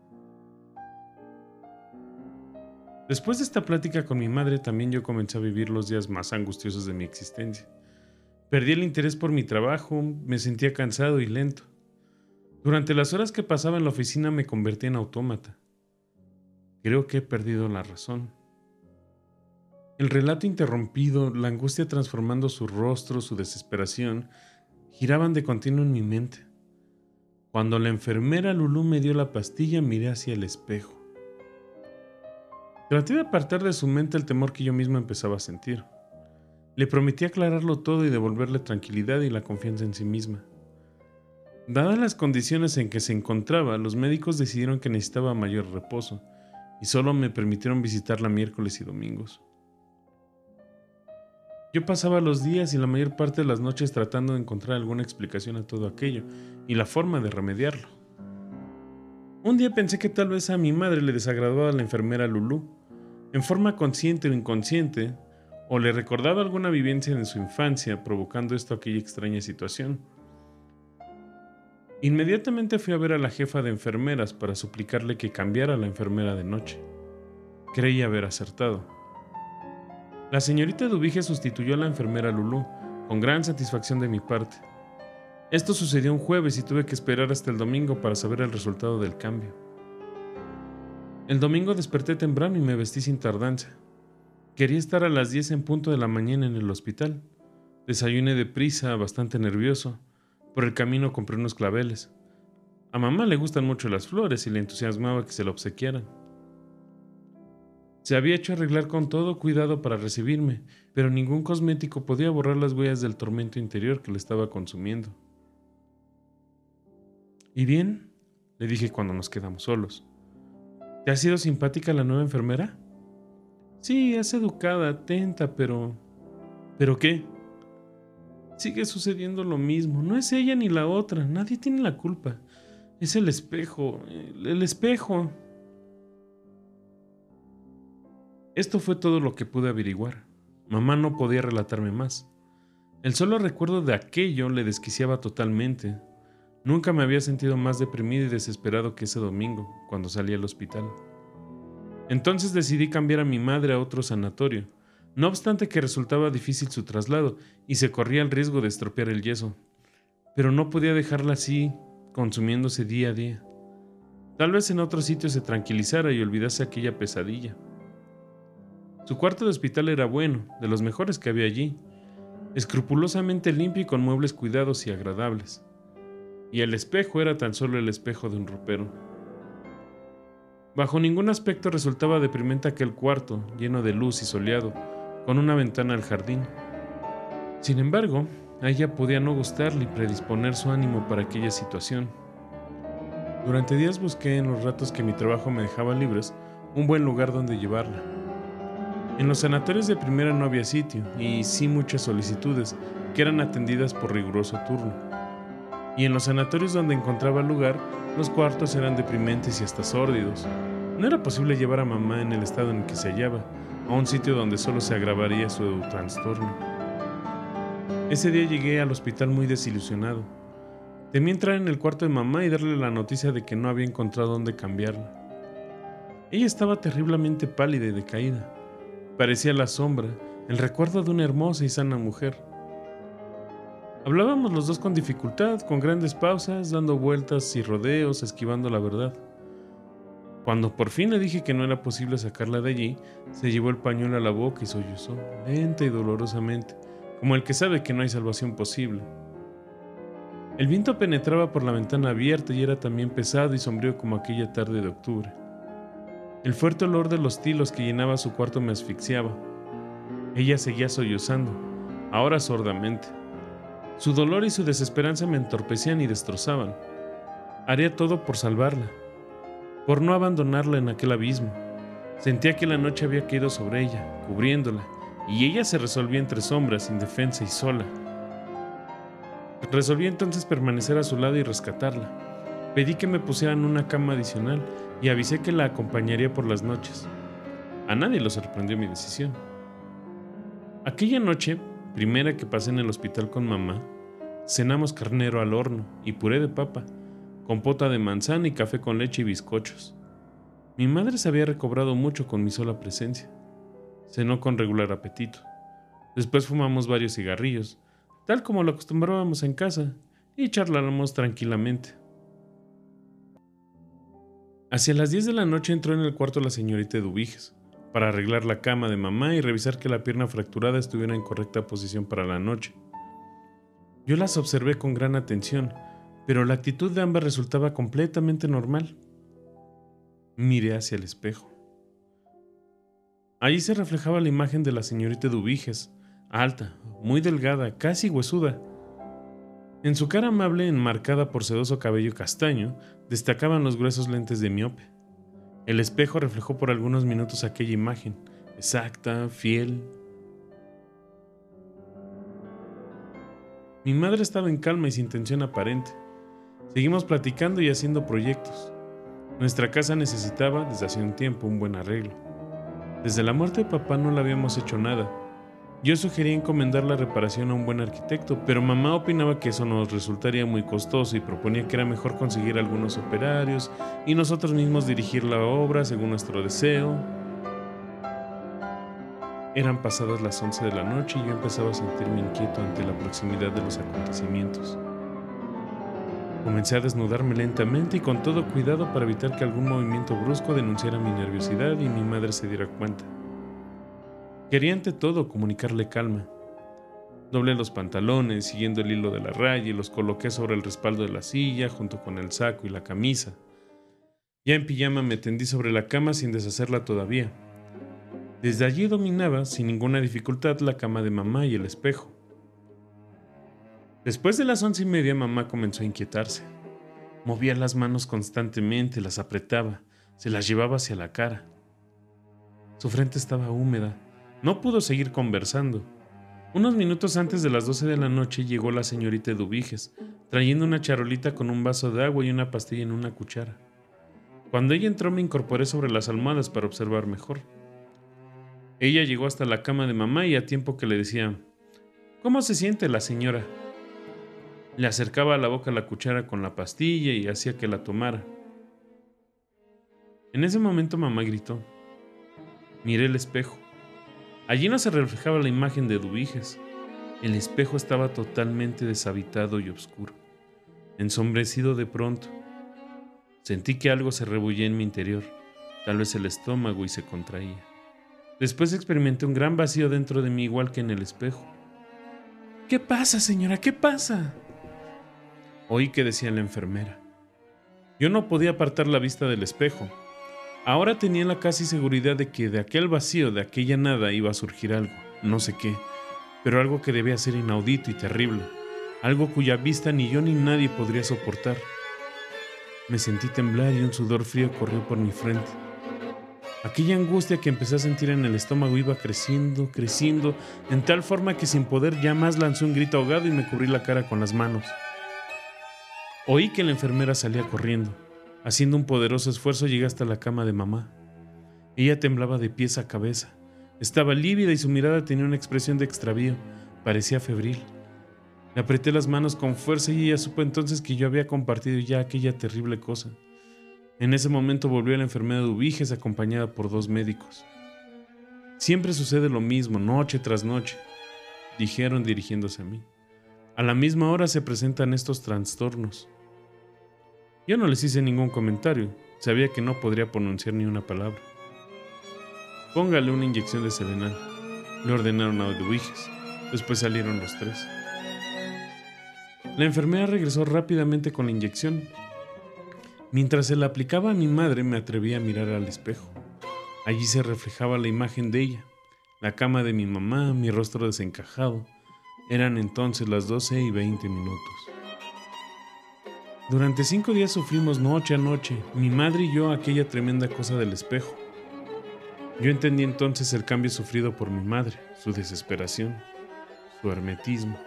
Después de esta plática con mi madre, también yo comencé a vivir los días más angustiosos de mi existencia. Perdí el interés por mi trabajo, me sentía cansado y lento. Durante las horas que pasaba en la oficina me convertí en autómata. Creo que he perdido la razón. El relato interrumpido, la angustia transformando su rostro, su desesperación, giraban de continuo en mi mente. Cuando la enfermera Lulú me dio la pastilla, miré hacia el espejo. Traté de apartar de su mente el temor que yo mismo empezaba a sentir. Le prometí aclararlo todo y devolverle tranquilidad y la confianza en sí misma. Dadas las condiciones en que se encontraba, los médicos decidieron que necesitaba mayor reposo y solo me permitieron visitarla miércoles y domingos. Yo pasaba los días y la mayor parte de las noches tratando de encontrar alguna explicación a todo aquello y la forma de remediarlo. Un día pensé que tal vez a mi madre le desagradaba a la enfermera Lulú, en forma consciente o inconsciente, o le recordaba alguna vivencia de su infancia, provocando esto aquella extraña situación. Inmediatamente fui a ver a la jefa de enfermeras para suplicarle que cambiara a la enfermera de noche. Creí haber acertado. La señorita Dubige sustituyó a la enfermera Lulú, con gran satisfacción de mi parte. Esto sucedió un jueves y tuve que esperar hasta el domingo para saber el resultado del cambio. El domingo desperté temprano y me vestí sin tardanza. Quería estar a las 10 en punto de la mañana en el hospital. Desayuné deprisa, bastante nervioso. Por el camino compré unos claveles. A mamá le gustan mucho las flores y le entusiasmaba que se la obsequiaran. Se había hecho arreglar con todo cuidado para recibirme, pero ningún cosmético podía borrar las huellas del tormento interior que le estaba consumiendo. ¿Y bien?, le dije cuando nos quedamos solos. ¿Te ha sido simpática la nueva enfermera? Sí, es educada, atenta, pero... ¿Pero qué? Sigue sucediendo lo mismo. No es ella ni la otra. Nadie tiene la culpa. Es el espejo. El espejo. Esto fue todo lo que pude averiguar. Mamá no podía relatarme más. El solo recuerdo de aquello le desquiciaba totalmente. Nunca me había sentido más deprimido y desesperado que ese domingo, cuando salí al hospital. Entonces decidí cambiar a mi madre a otro sanatorio, no obstante que resultaba difícil su traslado y se corría el riesgo de estropear el yeso. Pero no podía dejarla así, consumiéndose día a día. Tal vez en otro sitio se tranquilizara y olvidase aquella pesadilla. Su cuarto de hospital era bueno, de los mejores que había allí, escrupulosamente limpio y con muebles cuidados y agradables. Y el espejo era tan solo el espejo de un ropero. Bajo ningún aspecto resultaba deprimente aquel cuarto, lleno de luz y soleado, con una ventana al jardín. Sin embargo, a ella podía no gustarle y predisponer su ánimo para aquella situación. Durante días busqué, en los ratos que mi trabajo me dejaba libres, un buen lugar donde llevarla. En los sanatorios de primera no había sitio, y sí muchas solicitudes, que eran atendidas por riguroso turno. Y en los sanatorios donde encontraba lugar, los cuartos eran deprimentes y hasta sórdidos. No era posible llevar a mamá en el estado en el que se hallaba, a un sitio donde solo se agravaría su trastorno. Ese día llegué al hospital muy desilusionado. Temí entrar en el cuarto de mamá y darle la noticia de que no había encontrado dónde cambiarla. Ella estaba terriblemente pálida y decaída. Parecía la sombra, el recuerdo de una hermosa y sana mujer. Hablábamos los dos con dificultad, con grandes pausas, dando vueltas y rodeos, esquivando la verdad. Cuando por fin le dije que no era posible sacarla de allí, se llevó el pañuelo a la boca y sollozó, lenta y dolorosamente, como el que sabe que no hay salvación posible. El viento penetraba por la ventana abierta y era también pesado y sombrío como aquella tarde de octubre. El fuerte olor de los tilos que llenaba su cuarto me asfixiaba. Ella seguía sollozando, ahora sordamente. Su dolor y su desesperanza me entorpecían y destrozaban. Haría todo por salvarla, por no abandonarla en aquel abismo. Sentía que la noche había caído sobre ella, cubriéndola, y ella se resolvía entre sombras, indefensa y sola. Resolví entonces permanecer a su lado y rescatarla. Pedí que me pusieran una cama adicional y avisé que la acompañaría por las noches. A nadie lo sorprendió mi decisión. Aquella noche, primera que pasé en el hospital con mamá, cenamos carnero al horno y puré de papa, compota de manzana y café con leche y bizcochos. Mi madre se había recobrado mucho con mi sola presencia. Cenó con regular apetito. Después fumamos varios cigarrillos, tal como lo acostumbrábamos en casa, y charláramos tranquilamente. Hacia las 10 de la noche entró en el cuarto la señorita Eduviges, para arreglar la cama de mamá y revisar que la pierna fracturada estuviera en correcta posición para la noche. Yo las observé con gran atención, pero la actitud de ambas resultaba completamente normal. Miré hacia el espejo. Allí se reflejaba la imagen de la señorita Eduviges, alta, muy delgada, casi huesuda. En su cara amable, enmarcada por sedoso cabello castaño, destacaban los gruesos lentes de miope. El espejo reflejó por algunos minutos aquella imagen, exacta, fiel. Mi madre estaba en calma y sin tensión aparente. Seguimos platicando y haciendo proyectos. Nuestra casa necesitaba, desde hace un tiempo, un buen arreglo. Desde la muerte de papá no le habíamos hecho nada. Yo sugería encomendar la reparación a un buen arquitecto, pero mamá opinaba que eso nos resultaría muy costoso y proponía que era mejor conseguir algunos operarios y nosotros mismos dirigir la obra según nuestro deseo. Eran pasadas las 11 de la noche y yo empezaba a sentirme inquieto ante la proximidad de los acontecimientos. Comencé a desnudarme lentamente y con todo cuidado para evitar que algún movimiento brusco denunciara mi nerviosidad y mi madre se diera cuenta. Quería ante todo comunicarle calma. Doblé los pantalones, siguiendo el hilo de la raya, y los coloqué sobre el respaldo de la silla, junto con el saco y la camisa. Ya en pijama me tendí sobre la cama sin deshacerla todavía. Desde allí dominaba, sin ninguna dificultad, la cama de mamá y el espejo. Después de las 11:30, mamá comenzó a inquietarse. Movía las manos constantemente, las apretaba, se las llevaba hacia la cara. Su frente estaba húmeda. No pudo seguir conversando. Unos minutos antes de las 12 de la noche llegó la señorita Eduviges, trayendo una charolita con un vaso de agua y una pastilla en una cuchara. Cuando ella entró me incorporé sobre las almohadas para observar mejor. Ella llegó hasta la cama de mamá y a tiempo que le decía: «¿Cómo se siente la señora?». Le acercaba a la boca la cuchara con la pastilla y hacía que la tomara. En ese momento mamá gritó. Miré el espejo. Allí no se reflejaba la imagen de Eduviges. El espejo estaba totalmente deshabitado y oscuro, ensombrecido de pronto. Sentí que algo se rebullía en mi interior, tal vez el estómago, y se contraía. Después experimenté un gran vacío dentro de mí, igual que en el espejo. «¿Qué pasa, señora? ¿Qué pasa?». Oí que decía la enfermera. Yo no podía apartar la vista del espejo. Ahora tenía la casi seguridad de que de aquel vacío, de aquella nada, iba a surgir algo, no sé qué, pero algo que debía ser inaudito y terrible, algo cuya vista ni yo ni nadie podría soportar. Me sentí temblar y un sudor frío corrió por mi frente. Aquella angustia que empecé a sentir en el estómago iba creciendo, creciendo, en tal forma que sin poder ya más lancé un grito ahogado y me cubrí la cara con las manos. Oí que la enfermera salía corriendo. Haciendo un poderoso esfuerzo llegué hasta la cama de mamá. Ella temblaba de pies a cabeza. Estaba lívida y su mirada tenía una expresión de extravío. Parecía febril. Le apreté las manos con fuerza y ella supo entonces que yo había compartido ya aquella terrible cosa. En ese momento volvió la enfermera de Ubiges acompañada por 2 médicos. Siempre sucede lo mismo, noche tras noche, dijeron dirigiéndose a mí. A la misma hora se presentan estos trastornos. Yo no les hice ningún comentario, sabía que no podría pronunciar ni una palabra. Póngale una inyección de Selenal, le ordenaron a Ubiges. Después salieron los 3. La enfermera regresó rápidamente con la inyección. Mientras se la aplicaba a mi madre me atreví a mirar al espejo. Allí se reflejaba la imagen de ella, la cama de mi mamá, mi rostro desencajado. Eran entonces las 12:20. Durante 5 días sufrimos noche a noche, mi madre y yo, aquella tremenda cosa del espejo. Yo entendí entonces el cambio sufrido por mi madre, su desesperación, su hermetismo.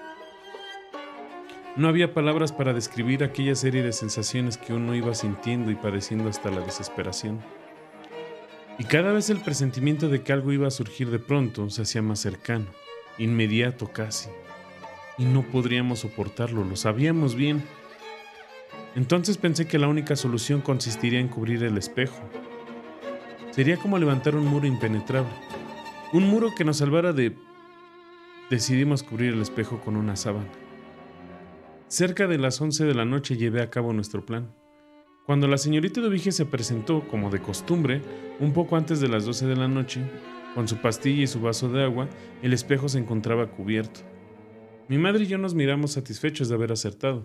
No había palabras para describir aquella serie de sensaciones que uno iba sintiendo y padeciendo hasta la desesperación. Y cada vez el presentimiento de que algo iba a surgir de pronto se hacía más cercano, inmediato casi. Y no podríamos soportarlo, lo sabíamos bien. Entonces pensé que la única solución consistiría en cubrir el espejo. Sería como levantar un muro impenetrable, un muro que nos salvara de... Decidimos cubrir el espejo con una sábana. Cerca de las 11 de la noche llevé a cabo nuestro plan. Cuando la señorita de Ubiges se presentó, como de costumbre, un poco antes de las 12 de la noche, con su pastilla y su vaso de agua, el espejo se encontraba cubierto. Mi madre y yo nos miramos satisfechos de haber acertado.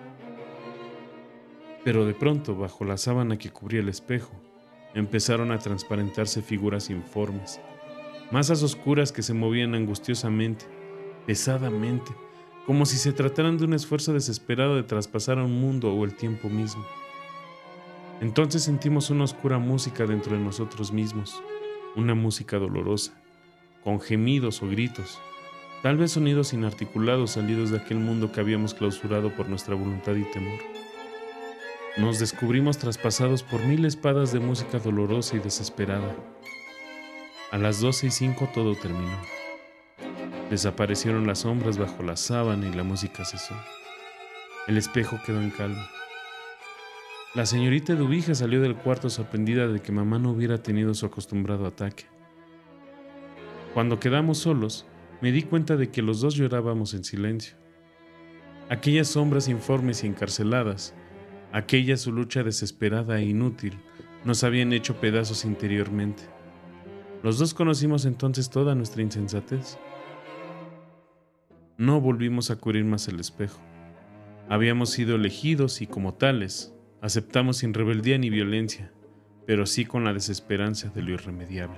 Pero de pronto, bajo la sábana que cubría el espejo, empezaron a transparentarse figuras informes, masas oscuras que se movían angustiosamente, pesadamente, como si se trataran de un esfuerzo desesperado de traspasar a un mundo o el tiempo mismo. Entonces sentimos una oscura música dentro de nosotros mismos, una música dolorosa, con gemidos o gritos, tal vez sonidos inarticulados salidos de aquel mundo que habíamos clausurado por nuestra voluntad y temor. Nos descubrimos traspasados por 1000 espadas de música dolorosa y desesperada. A las 12:05 todo terminó. Desaparecieron las sombras bajo la sábana y la música cesó. El espejo quedó en calma. La señorita de Ubija salió del cuarto sorprendida de que mamá no hubiera tenido su acostumbrado ataque. Cuando quedamos solos, me di cuenta de que los 2 llorábamos en silencio. Aquellas sombras informes y encarceladas, aquella su lucha desesperada e inútil, nos habían hecho pedazos interiormente. Los 2 conocimos entonces toda nuestra insensatez. No volvimos a cubrir más el espejo. Habíamos sido elegidos y como tales, aceptamos sin rebeldía ni violencia, pero sí con la desesperanza de lo irremediable.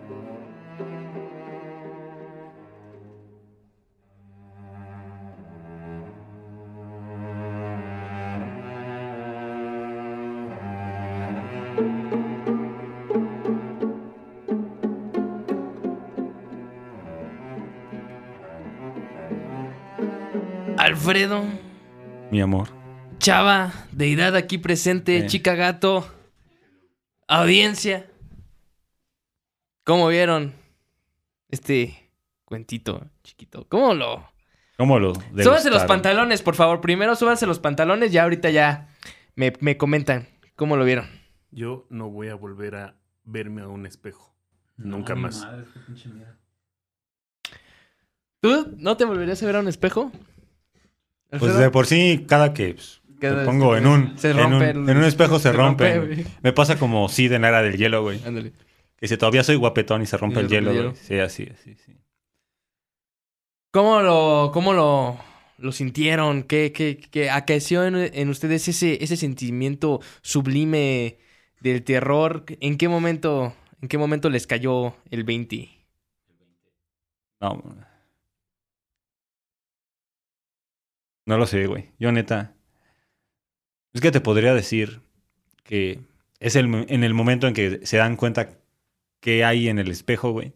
Alfredo, Mi amor. Chava, deidad aquí presente, chica gato, audiencia. ¿Cómo vieron este cuentito chiquito? ¿Cómo lo Súbanse Súbanse los pantalones, por favor. Primero súbanse los pantalones, ya ahorita ya me comentan cómo lo vieron. Yo no voy a volver a verme a un espejo. Nunca más. Madre, qué pinche mierda. ¿Tú no te volverías a ver a un espejo? Pues Alfredo? de por sí, cada que Cada me vez pongo que en un, se en rompe un, en un espejo se rompe. güey. Me pasa como Sid en la era del hielo, güey. Ándale. Que si todavía soy guapetón y se rompe Y el se rompe hielo, el güey. hielo. Sí, así. ¿Cómo lo sintieron? ¿Qué acaeció en ustedes ese sentimiento sublime del terror, ¿en qué momento les cayó el 20? No. No lo sé, güey. Yo neta. Es que te podría decir que es en el momento en que se dan cuenta qué hay en el espejo, güey.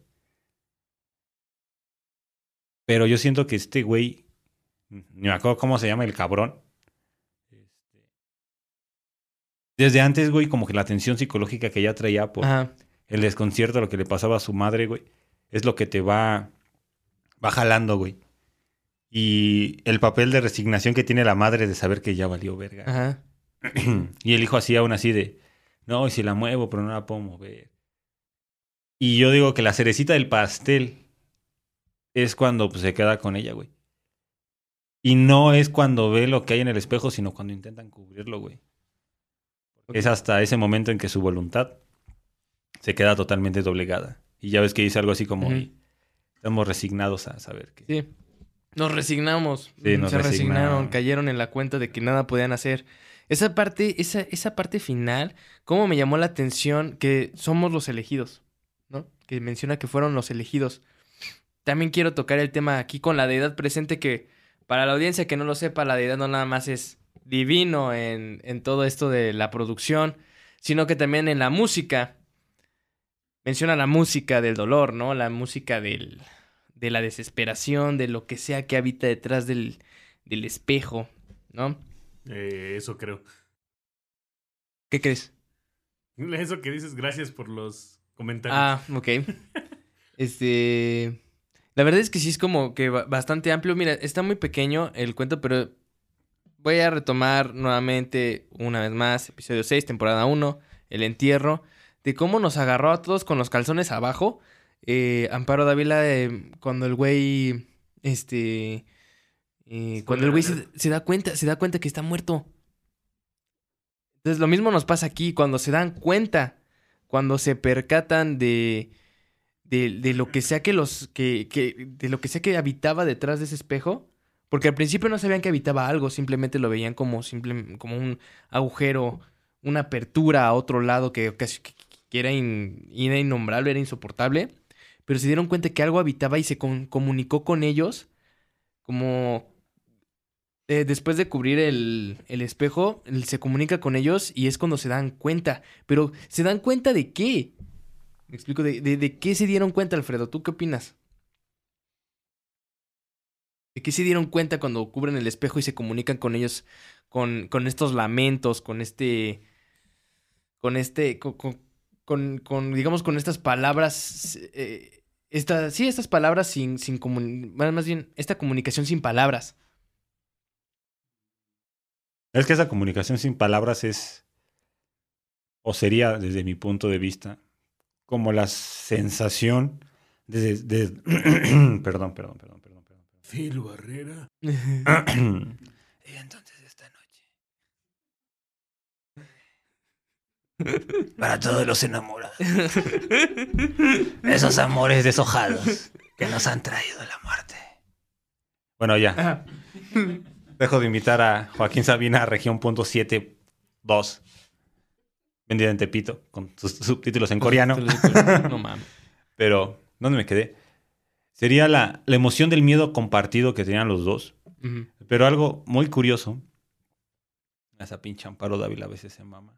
Pero yo siento que este güey, ni me acuerdo cómo se llama el cabrón. Desde antes, güey, como que la tensión psicológica que ya traía por Ajá. el desconcierto, lo que le pasaba a su madre, güey, es lo que te va jalando, güey. Y el papel de resignación que tiene la madre de saber que ya valió verga. Ajá. Y el hijo así aún así de, no, y si la muevo, pero no la puedo mover. Y yo digo que la cerecita del pastel es cuando pues, se queda con ella, güey. Y no es cuando ve lo que hay en el espejo, sino cuando intentan cubrirlo, güey. Es hasta ese momento en que su voluntad se queda totalmente doblegada. Y ya ves que dice algo así como, Ujú. estamos resignados a saber que... Sí. Nos resignamos. Sí, nos Se resignaron, resignaron. cayeron en la cuenta de que nada podían hacer. Esa parte final, cómo me llamó la atención que somos los elegidos, ¿no? Que menciona que fueron los elegidos. También quiero tocar el tema aquí con la deidad presente, que para la audiencia que no lo sepa, la deidad no nada más es divino en todo esto de la producción, sino que también en la música. Menciona la música del dolor, ¿no? La música de la desesperación, de lo que sea que habita detrás del espejo, ¿no? Eso creo. ¿Qué crees? Eso que dices, gracias por los comentarios. Ah, ok. La verdad es que sí es como que bastante amplio. Mira, está muy pequeño el cuento, pero voy a retomar nuevamente, una vez más, episodio 6, temporada 1, el entierro, de cómo nos agarró a todos con los calzones abajo. Amparo Dávila, cuando el güey, cuando el güey se da cuenta que está muerto. Entonces lo mismo nos pasa aquí, cuando se dan cuenta, cuando se percatan de lo que sea de lo que sea que habitaba detrás de ese espejo, porque al principio no sabían que habitaba algo, simplemente lo veían como un agujero, una apertura a otro lado que era innombrable, era insoportable, pero se dieron cuenta que algo habitaba y se comunicó con ellos, como después de cubrir el espejo, se comunica con ellos y es cuando se dan cuenta, pero ¿se dan cuenta de qué? Me explico, ¿de qué se dieron cuenta, Alfredo? ¿Tú qué opinas? ¿De qué se dieron cuenta cuando cubren el espejo y se comunican con ellos con estos lamentos, digamos, con estas palabras, estas palabras más bien, esta comunicación sin palabras? Es que esa comunicación sin palabras es, o sería desde mi punto de vista, como la sensación de... Perdón. Phil Barrera. Y entonces esta noche, para todos los enamorados, esos amores deshojados que nos han traído la muerte. Bueno, ya. Ajá. Dejo de invitar a Joaquín Sabina a región .72, vendida en Tepito, con sus subtítulos en coreano. No mames. Pero, ¿dónde me quedé? Sería la emoción del miedo compartido que tenían los dos. Ujú. Pero algo muy curioso, esa pinche Amparo Dávila a veces se mama,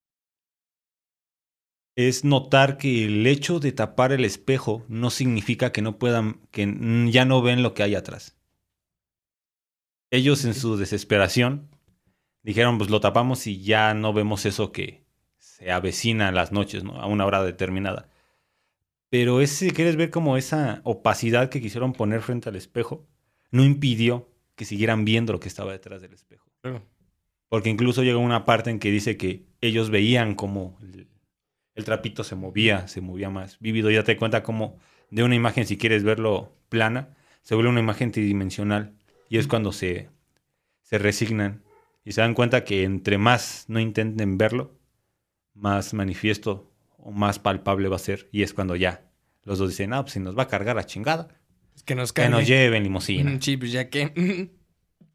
es notar que el hecho de tapar el espejo no significa que no puedan, que ya no ven lo que hay atrás. Ellos en su desesperación dijeron, pues lo tapamos y ya no vemos eso que se avecina en las noches, ¿no? A una hora determinada. Pero quieres ver como esa opacidad que quisieron poner frente al espejo no impidió que siguieran viendo lo que estaba detrás del espejo. Claro. Porque incluso llegó una parte en que dice que ellos veían como el trapito se movía más vívido. Y ya te cuenta como de una imagen, si quieres verlo plana, se vuelve una imagen tridimensional. Y es cuando se resignan y se dan cuenta que entre más no intenten verlo, más manifiesto o más palpable va a ser. Y es cuando ya los dos dicen, pues si nos va a cargar la chingada, Es que nos que cargue. nos lleven limusina. Sí, pues ya que...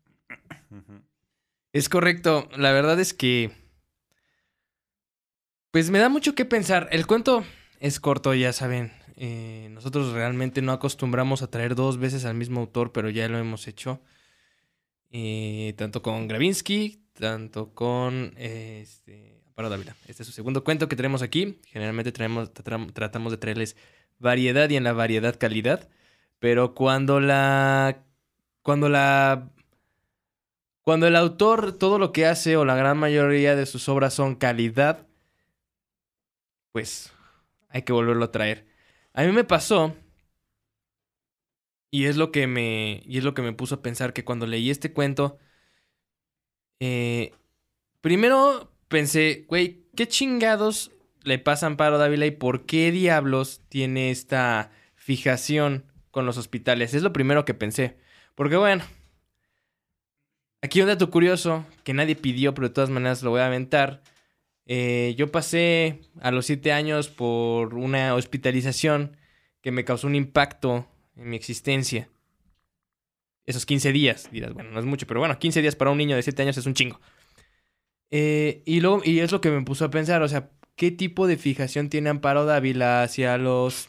Es correcto. La verdad es que... Pues me da mucho que pensar. El cuento es corto, ya saben. Nosotros realmente no acostumbramos a traer 2 veces al mismo autor, pero ya lo hemos hecho. Tanto con Gravinsky, tanto con Amparo Dávila. Este es su segundo cuento que tenemos aquí. Generalmente tratamos de traerles variedad y en la variedad calidad. Pero cuando el autor, todo lo que hace o la gran mayoría de sus obras son calidad, pues hay que volverlo a traer. A mí me pasó, y es lo que me puso a pensar que cuando leí este cuento, primero pensé, güey, ¿qué chingados le pasa a Amparo Dávila y por qué diablos tiene esta fijación con los hospitales? Es lo primero que pensé. Porque bueno, aquí un dato curioso que nadie pidió, pero de todas maneras lo voy a aventar. Yo pasé a los 7 años por una hospitalización que me causó un impacto en mi existencia. Esos 15 días, dirás, bueno, no es mucho, pero bueno, 15 días para un niño de 7 años es un chingo. Y es lo que me puso a pensar, o sea, ¿qué tipo de fijación tiene Amparo Dávila hacia los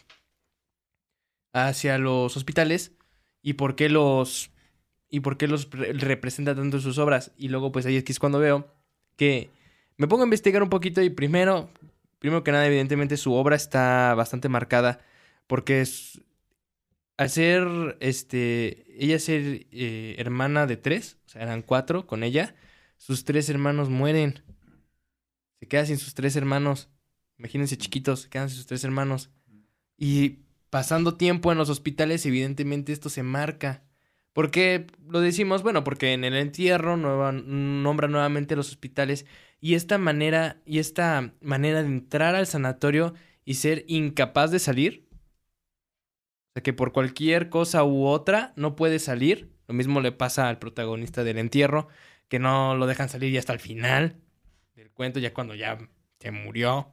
hospitales? ¿Y por qué los representa tanto en sus obras? Y luego, pues ahí es cuando veo que me pongo a investigar un poquito y primero que nada, evidentemente, su obra está bastante marcada porque al ser, ella ser hermana de 3, o sea, eran 4 con ella, sus 3 hermanos mueren. Se queda sin sus 3 hermanos. Imagínense chiquitos, se quedan sin sus 3 hermanos. Y pasando tiempo en los hospitales, evidentemente esto se marca. ¿Por qué lo decimos? Bueno, porque en el entierro nombra nuevamente los hospitales y esta manera de entrar al sanatorio y ser incapaz de salir. O sea, que por cualquier cosa u otra no puede salir. Lo mismo le pasa al protagonista del entierro, que no lo dejan salir ya hasta el final del cuento, ya cuando ya se murió.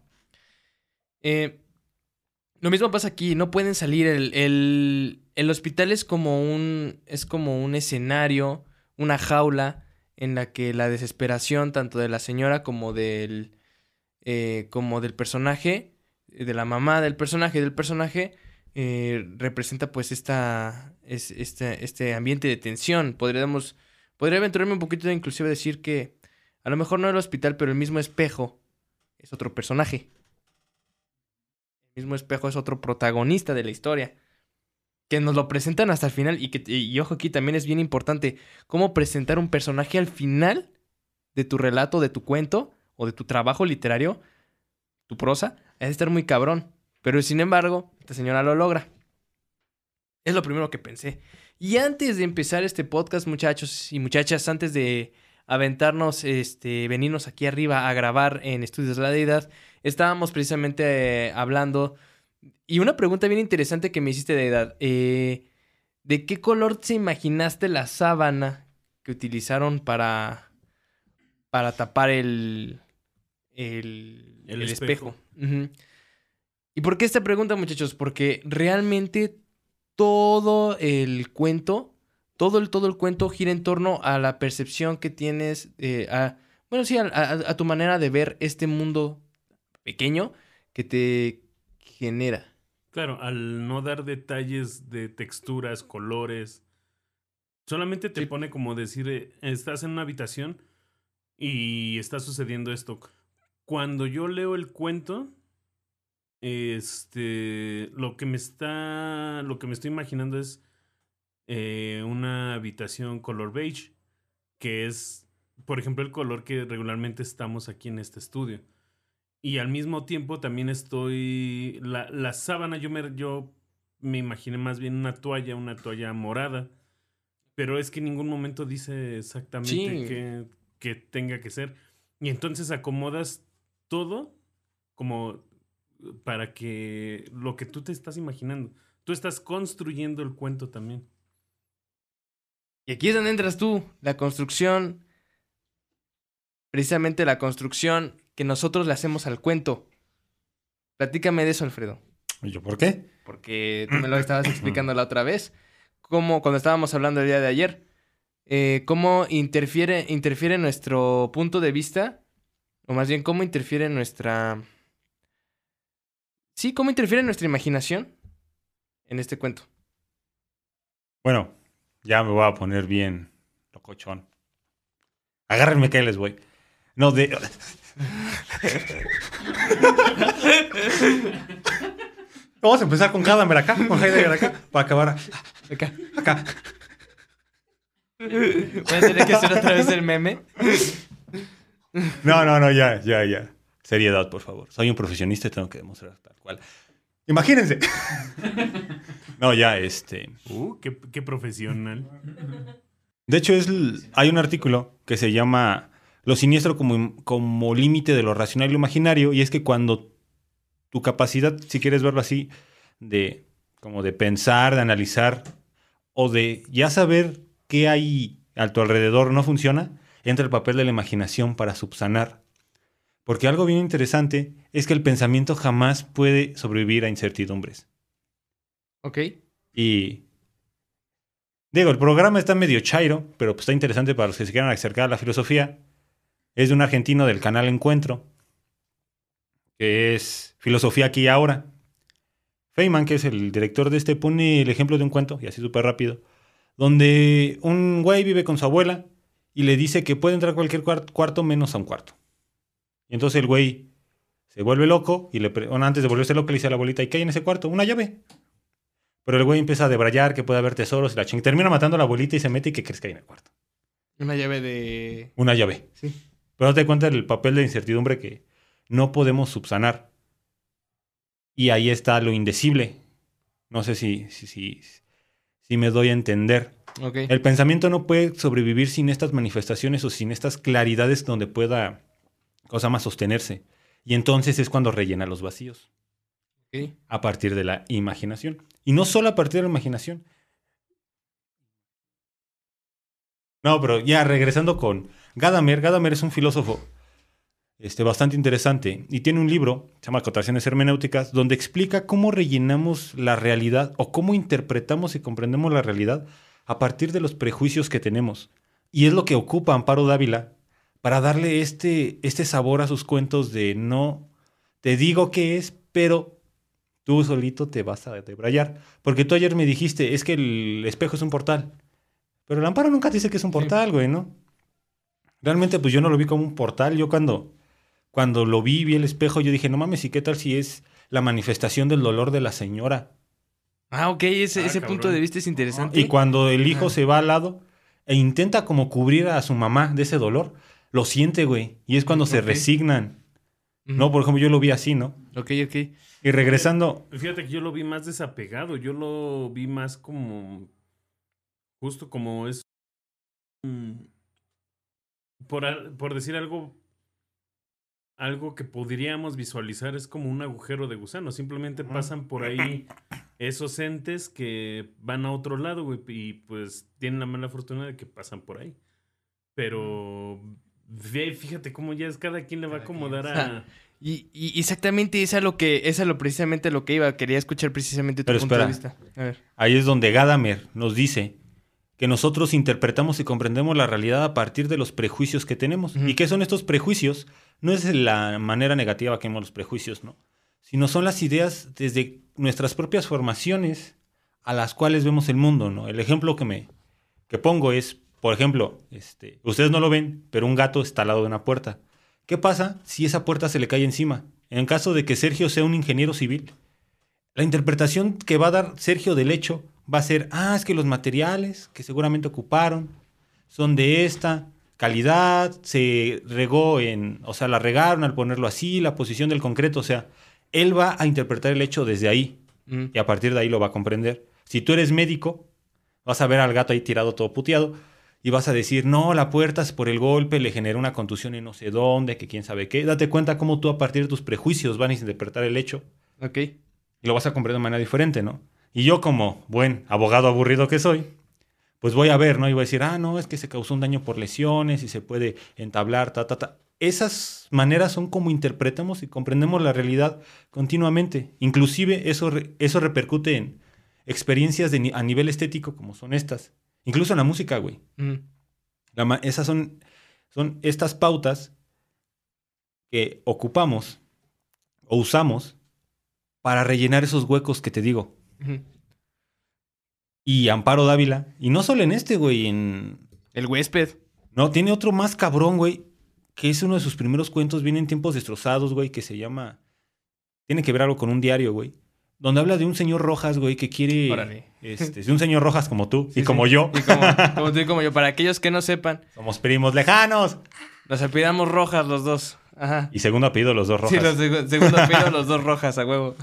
Lo mismo pasa aquí, no pueden salir. El hospital es como un escenario, una jaula en la que la desesperación tanto de la señora como del personaje, de la mamá del personaje, representa pues este ambiente de tensión. Podría aventurarme un poquito de inclusive decir que a lo mejor no el hospital, pero el mismo espejo es otro personaje. El mismo espejo es otro protagonista de la historia. Que nos lo presentan hasta el final. Y ojo, aquí también es bien importante cómo presentar un personaje al final de tu relato, de tu cuento o de tu trabajo literario, tu prosa. Es estar muy cabrón. Pero sin embargo, esta señora lo logra. Es lo primero que pensé. Y antes de empezar este podcast, muchachos y muchachas, antes de aventarnos, venirnos aquí arriba a grabar en Estudios de la Deidad, estábamos precisamente hablando. Y una pregunta bien interesante que me hiciste, Deidad. ¿De qué color te imaginaste la sábana que utilizaron para tapar el espejo? Uh-huh. ¿Y por qué esta pregunta, muchachos? Porque realmente todo el cuento, todo el cuento gira en torno a la percepción que tienes, a tu manera de ver este mundo pequeño que te genera. Claro, al no dar detalles de texturas, colores, solamente te pone como decir, estás en una habitación y está sucediendo esto. Cuando yo leo el cuento, lo que me estoy imaginando es una habitación color beige, que es, por ejemplo, el color que regularmente estamos aquí en este estudio. Y al mismo tiempo también estoy... La sábana, yo me imaginé más bien una toalla morada. Pero es que en ningún momento dice exactamente qué tenga que ser. Y entonces acomodas todo como para que lo que tú te estás imaginando. Tú estás construyendo el cuento también. Y aquí es donde entras tú, la construcción. Precisamente la construcción que nosotros le hacemos al cuento. Platícame de eso, Alfredo. ¿Y yo por qué? Porque tú me lo estabas explicando la otra vez. Cuando estábamos hablando el día de ayer. Cómo interfiere nuestro punto de vista. O más bien, cómo interfiere nuestra Sí, ¿cómo interfiere en nuestra imaginación en este cuento? Bueno, ya me voy a poner bien locochón. Agárrenme que ahí les voy. No, de... Vamos a empezar con Gadamer acá, con Heidegger acá, para acabar Acá. acá. Voy a tener que hacer otra vez el meme. No, ya. Seriedad, por favor. Soy un profesionista y tengo que demostrar tal cual. Imagínense. No, ya, Qué profesional. De hecho, hay un artículo que se llama Lo siniestro como límite de lo racional y lo imaginario, y es que cuando tu capacidad, si quieres verlo así, como de pensar, de analizar, o de ya saber qué hay a tu alrededor no funciona, entra el papel de la imaginación para subsanar. Porque algo bien interesante es que el pensamiento jamás puede sobrevivir a incertidumbres. Ok. Y digo, el programa está medio chairo, pero pues está interesante para los que se quieran acercar a la filosofía. Es de un argentino del canal Encuentro, que es Filosofía aquí y ahora. Feynman, que es el director de pone el ejemplo de un cuento, y así súper rápido, donde un güey vive con su abuela y le dice que puede entrar a cualquier cuarto menos a un cuarto. Y entonces el güey se vuelve loco y antes de volverse loco le dice a la abuelita, ¿y qué hay en ese cuarto? Una llave. Pero el güey empieza a debrayar que puede haber tesoros y la chingada. Termina matando a la abuelita y se mete y ¿qué crees que hay en el cuarto? Una llave de... Una llave. Sí. Pero date cuenta del papel de incertidumbre que no podemos subsanar. Y ahí está lo indecible. No sé si me doy a entender. Ok. El pensamiento no puede sobrevivir sin estas manifestaciones o sin estas claridades donde pueda, cosa más, sostenerse. Y entonces es cuando rellena los vacíos. Ok. A partir de la imaginación. Y no solo a partir de la imaginación. No, pero ya regresando con Gadamer. Gadamer es un filósofo bastante interesante y tiene un libro, se llama Acotaciones hermenéuticas, donde explica cómo rellenamos la realidad o cómo interpretamos y comprendemos la realidad a partir de los prejuicios que tenemos. Y es lo que ocupa Amparo Dávila para darle este sabor a sus cuentos de no te digo qué es, pero tú solito te vas a debrayar. Porque tú ayer me dijiste, es que el espejo es un portal. Pero el Amparo nunca te dice que es un portal, güey, ¿no? Realmente, pues yo no lo vi como un portal. Yo cuando lo vi el espejo, yo dije, no mames, ¿y qué tal si es la manifestación del dolor de la señora? Ah, ok. Ese cabrón. punto de vista es interesante. Y cuando el hijo se va al lado e intenta como cubrir a su mamá de ese dolor, lo siente, güey. Y es cuando se Ok. resignan. Ujú. No, por ejemplo, yo lo vi así, ¿no? Ok. Y regresando... Fíjate que yo lo vi más desapegado. Yo lo vi más como... Justo como es... por decir algo... Algo que podríamos visualizar es como un agujero de gusano. Simplemente pasan por ahí esos entes que van a otro lado, güey. Y pues tienen la mala fortuna de que pasan por ahí. Pero... Fíjate cómo ya es cada quien le va a acomodar a... Y exactamente es precisamente lo que iba. Quería escuchar precisamente tu Pero punto de espera. vista. A ver. Ahí es donde Gadamer nos dice que nosotros interpretamos y comprendemos la realidad a partir de los prejuicios que tenemos. Ujú. ¿Y qué son estos prejuicios? No es la manera negativa que vemos los prejuicios, ¿no? Sino son las ideas desde nuestras propias formaciones a las cuales vemos el mundo, ¿no? El ejemplo que pongo es, por ejemplo, ustedes no lo ven, pero un gato está al lado de una puerta. ¿Qué pasa si esa puerta se le cae encima? En caso de que Sergio sea un ingeniero civil, la interpretación que va a dar Sergio del hecho va a ser, es que los materiales que seguramente ocuparon son de esta calidad, se regó o sea, la regaron al ponerlo así, la posición del concreto, o sea, él va a interpretar el hecho desde ahí y a partir de ahí lo va a comprender. Si tú eres médico, vas a ver al gato ahí tirado todo puteado y vas a decir, no, la puerta por el golpe le generó una contusión en no sé dónde, que quién sabe qué. Date cuenta cómo tú a partir de tus prejuicios van a interpretar el hecho. Ok. Y lo vas a comprender de manera diferente, ¿no? Y yo como buen abogado aburrido que soy, pues voy a ver, ¿no? Y voy a decir, no, es que se causó un daño por lesiones y se puede entablar, Esas maneras son como interpretamos y comprendemos la realidad continuamente. Inclusive eso repercute en experiencias a nivel estético como son estas. Incluso en la música, güey. Esas son estas pautas que ocupamos o usamos para rellenar esos huecos que te digo. Ujú. Y Amparo Dávila, y no solo en este, güey, El huésped. No, tiene otro más cabrón, güey, que es uno de sus primeros cuentos, viene en Tiempos Destrozados, güey, que se llama... Tiene que ver algo con un diario, güey. Donde habla de un señor Rojas, güey, que quiere... Órale. de un señor Rojas como tú Sí, y como sí. yo. Y como tú y como yo. Para aquellos que no sepan, Somos primos lejanos. nos apellidamos Rojas los dos. Ajá. Y segundo apellido, los dos Rojas. Sí, segundo apellido los dos Rojas, a huevo.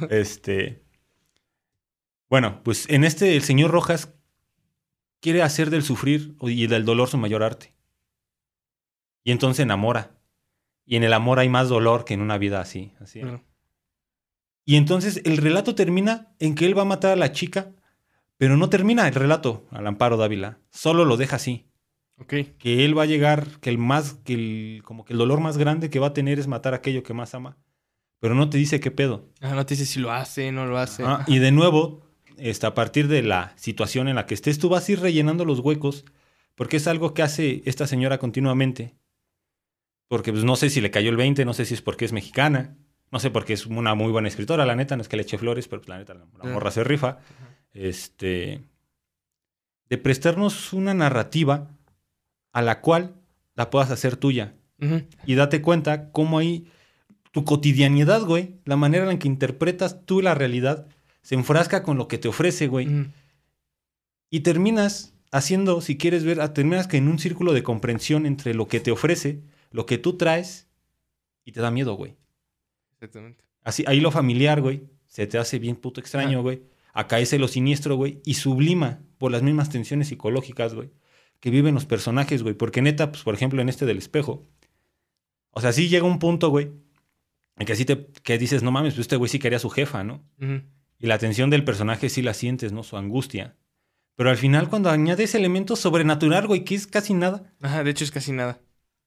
Bueno, pues en el señor Rojas quiere hacer del sufrir y del dolor su mayor arte. Y entonces enamora. Y en el amor hay más dolor que en una vida así. Claro. Y entonces el relato termina en que él va a matar a la chica, pero no termina el relato al Amparo Dávila. Solo lo deja así. Ok. Que él va a llegar, como que el dolor más grande que va a tener es matar a aquello que más ama. Pero no te dice qué pedo. No te dice si lo hace, no lo hace. Y de nuevo, a partir de la situación en la que estés, tú vas a ir rellenando los huecos, porque es algo que hace esta señora continuamente. Porque pues, no sé si le cayó el 20, no sé si es porque es mexicana, no sé porque es una muy buena escritora, la neta, no es que le eche flores, pero pues, la neta, la morra se rifa. De prestarnos una narrativa a la cual la puedas hacer tuya. Ujú. Y date cuenta cómo ahí tu cotidianidad, güey, la manera en que interpretas tú la realidad, se enfrasca con lo que te ofrece, güey. Ujú. Y terminas haciendo, si quieres ver, terminas que en un círculo de comprensión entre lo que te ofrece, lo que tú traes, y te da miedo, güey. Exactamente. Así, ahí lo familiar, güey, se te hace bien puto extraño, Ajá. güey. Acaece lo siniestro, güey, y sublima por las mismas tensiones psicológicas, güey, que viven los personajes, güey. Porque neta, pues, por ejemplo, en este del espejo, o sea, sí llega un punto, güey, en que así que dices, no mames, pues este güey sí quería a su jefa, ¿no? Ujú. Y la tensión del personaje sí la sientes, ¿no? Su angustia. Pero al final, cuando añade ese elemento sobrenatural, güey, que es casi nada, Ajá, de hecho es casi nada.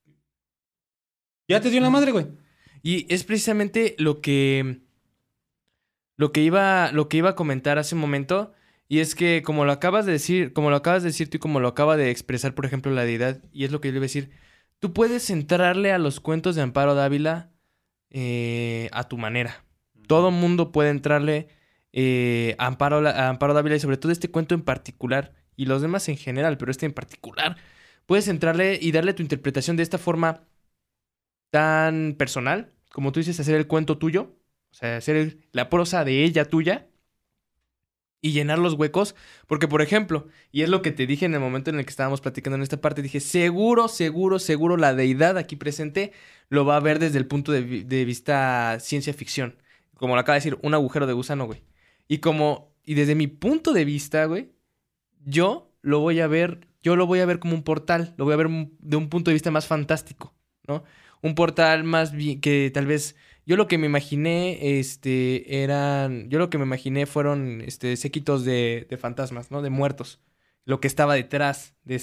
ya te dio en la madre, güey. Y es precisamente lo que iba a comentar hace un momento. Y es que como lo acabas de decir tú y como lo acaba de expresar, por ejemplo, la deidad, y es lo que yo le iba a decir, tú puedes entrarle a los cuentos de Amparo Dávila a tu manera. Todo mundo puede entrarle a Amparo Dávila y sobre todo este cuento en particular y los demás en general, pero este en particular. Puedes entrarle y darle tu interpretación de esta forma tan personal, como tú dices, hacer el cuento tuyo, o sea, hacer la prosa de ella tuya y llenar los huecos, porque por ejemplo, y es lo que te dije en el momento en el que estábamos platicando en esta parte, dije, seguro la deidad aquí presente lo va a ver desde el punto de vista ciencia ficción, como lo acaba de decir, un agujero de gusano, güey. Y desde mi punto de vista, güey, yo lo voy a ver como un portal, lo voy a ver de un punto de vista más fantástico, ¿no? Un portal más bien que tal vez yo lo que me imaginé fueron séquitos de fantasmas, ¿no? De muertos. Lo que estaba detrás de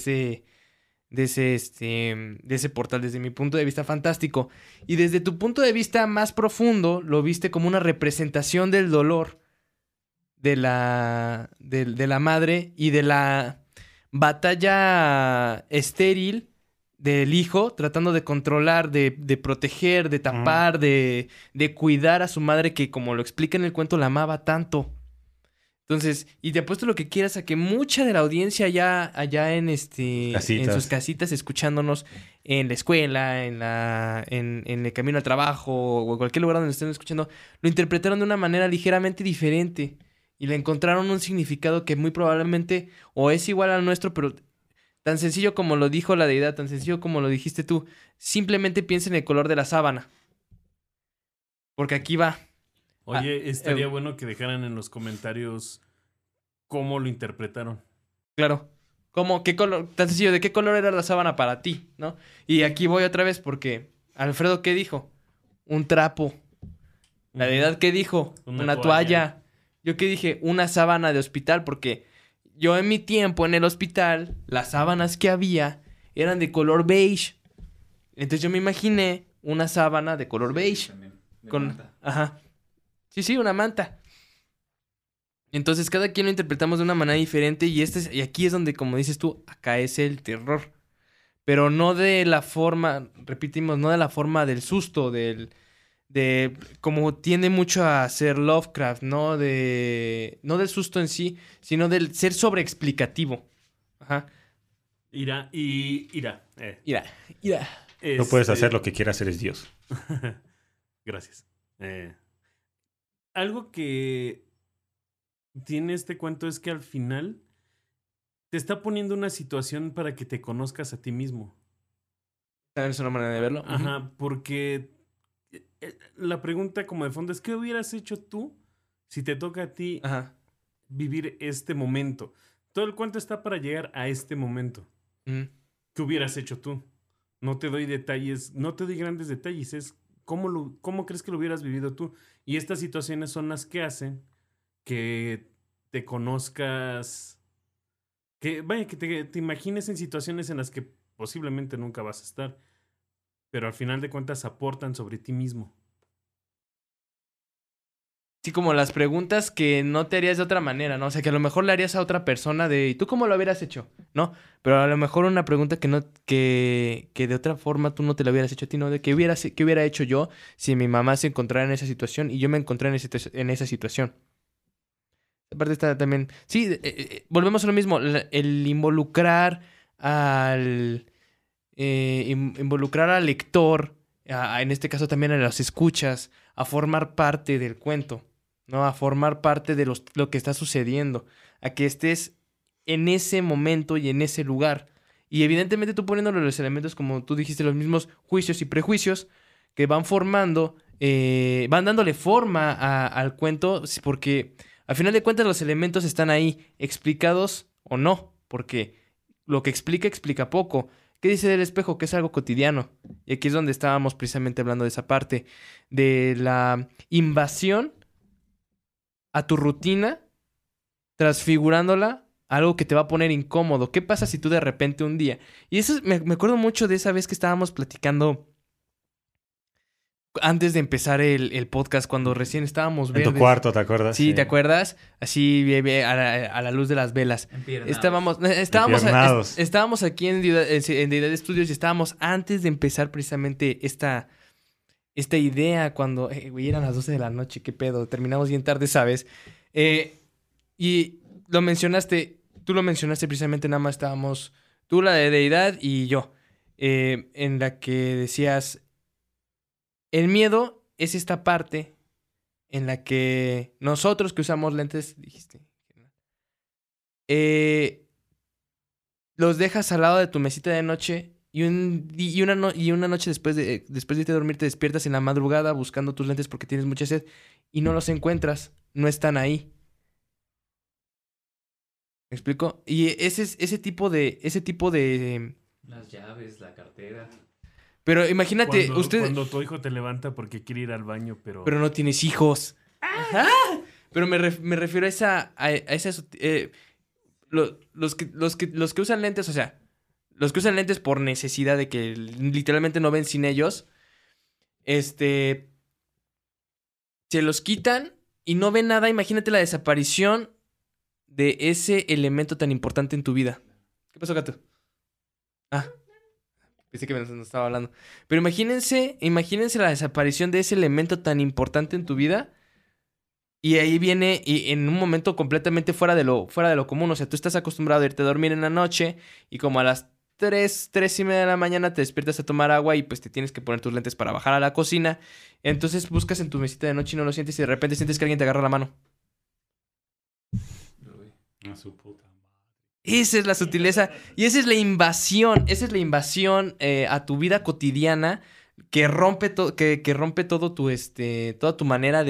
ese portal desde mi punto de vista fantástico. Y desde tu punto de vista más profundo lo viste como una representación del dolor de la madre y de la batalla estéril del hijo, tratando de controlar, de proteger, de tapar, de cuidar a su madre que, como lo explica en el cuento, la amaba tanto. Entonces, y te apuesto lo que quieras a que mucha de la audiencia allá en sus casitas escuchándonos en la escuela, en el camino al trabajo o en cualquier lugar donde estén escuchando, lo interpretaron de una manera ligeramente diferente y le encontraron un significado que muy probablemente o es igual al nuestro, pero tan sencillo como lo dijo la deidad, tan sencillo como lo dijiste tú, simplemente piensa en el color de la sábana. Porque aquí va. Oye, estaría bueno que dejaran en los comentarios cómo lo interpretaron. Claro. ¿Cómo? ¿Qué color? Tan sencillo, ¿de qué color era la sábana para ti? ¿No? Y aquí voy otra vez porque Alfredo, ¿qué dijo? Un trapo. La deidad, ¿qué dijo? Una toalla. Yo qué dije, una sábana de hospital, porque yo en mi tiempo en el hospital, las sábanas que había eran de color beige. Entonces yo me imaginé una sábana de color beige. Ajá. Sí, una manta. Entonces cada quien lo interpretamos de una manera diferente y aquí es donde, como dices tú, acá es el terror. Pero no de la forma, repetimos, no de la forma del susto, de como tiende mucho a ser Lovecraft, ¿no? No del susto en sí, sino del ser sobreexplicativo. Ajá. Irá. Mira. No puedes hacer lo que quieras, eres Dios. Gracias. Algo que tiene este cuento es que al final te está poniendo una situación para que te conozcas a ti mismo. ¿Sabes una manera de verlo? Ajá, porque la pregunta como de fondo es, ¿qué hubieras hecho tú si te toca a ti Ajá. vivir este momento? Todo el cuento está para llegar a este momento. Ujú. ¿Qué hubieras hecho tú? No te doy detalles, no te doy grandes detalles, es cómo crees que lo hubieras vivido tú. Y estas situaciones son las que hacen que te conozcas, que vaya, que te imagines en situaciones en las que posiblemente nunca vas a estar, pero al final de cuentas aportan sobre ti mismo. Sí, como las preguntas que no te harías de otra manera, ¿no? O sea, que a lo mejor le harías a otra persona de, ¿y tú cómo lo hubieras hecho? ¿No? Pero a lo mejor una pregunta que no, que de otra forma tú no te la hubieras hecho a ti, ¿no? De qué hubiera hecho yo si mi mamá se encontrara en esa situación y yo me encontré en esa situación. Aparte está también, sí, volvemos a lo mismo, el involucrar involucrar al lector, en este caso también a los escuchas, a formar parte del cuento, ¿no? A formar parte de lo que está sucediendo, a que estés en ese momento y en ese lugar. Y evidentemente tú poniéndole los elementos, como tú dijiste, los mismos juicios y prejuicios que van formando, van dándole forma al cuento, porque al final de cuentas los elementos están ahí, explicados o no, porque lo que explica poco. ¿Qué dice del espejo? Que es algo cotidiano. Y aquí es donde estábamos precisamente hablando de esa parte, de la invasión a tu rutina, transfigurándola a algo que te va a poner incómodo. ¿Qué pasa si tú de repente un día? Y eso me acuerdo mucho de esa vez que estábamos platicando antes de empezar el podcast, cuando recién estábamos En verdes. tu cuarto, ¿te acuerdas? Sí, ¿te acuerdas? Así a la luz de las velas. Empiernados. Estábamos aquí en Deidad Studios y estábamos antes de empezar precisamente esta idea cuando... güey, eran las 12 de la noche, qué pedo. Terminamos bien tarde, ¿sabes? Y lo mencionaste, tú lo mencionaste precisamente, nada más estábamos... Tú, la de Deidad y yo. En la que decías... El miedo es esta parte en la que nosotros que usamos lentes, dijiste, los dejas al lado de tu mesita de noche y una noche después de irte a dormir te despiertas en la madrugada buscando tus lentes porque tienes mucha sed y no los encuentras, no están ahí. ¿Me explico? Y ese tipo de... Las llaves, la cartera. Pero imagínate, Cuando tu hijo te levanta porque quiere ir al baño, pero no tienes hijos. Ajá. Pero me refiero a los que usan lentes, o sea, los que usan lentes por necesidad de que literalmente no ven sin ellos, se los quitan y no ven nada. Imagínate la desaparición de ese elemento tan importante en tu vida. ¿Qué pasó, gato? Pensé que nos estaba hablando. Pero imagínense la desaparición de ese elemento tan importante en tu vida. Y ahí viene y en un momento completamente fuera de lo común. O sea, tú estás acostumbrado a irte a dormir en la noche y como a las 3:30 de la mañana te despiertas a tomar agua y pues te tienes que poner tus lentes para bajar a la cocina. Entonces buscas en tu mesita de noche y no lo sientes y de repente sientes que alguien te agarra la mano. A su puta. Esa es la sutileza y esa es la invasión. Esa es la invasión a tu vida cotidiana que rompe todo toda tu manera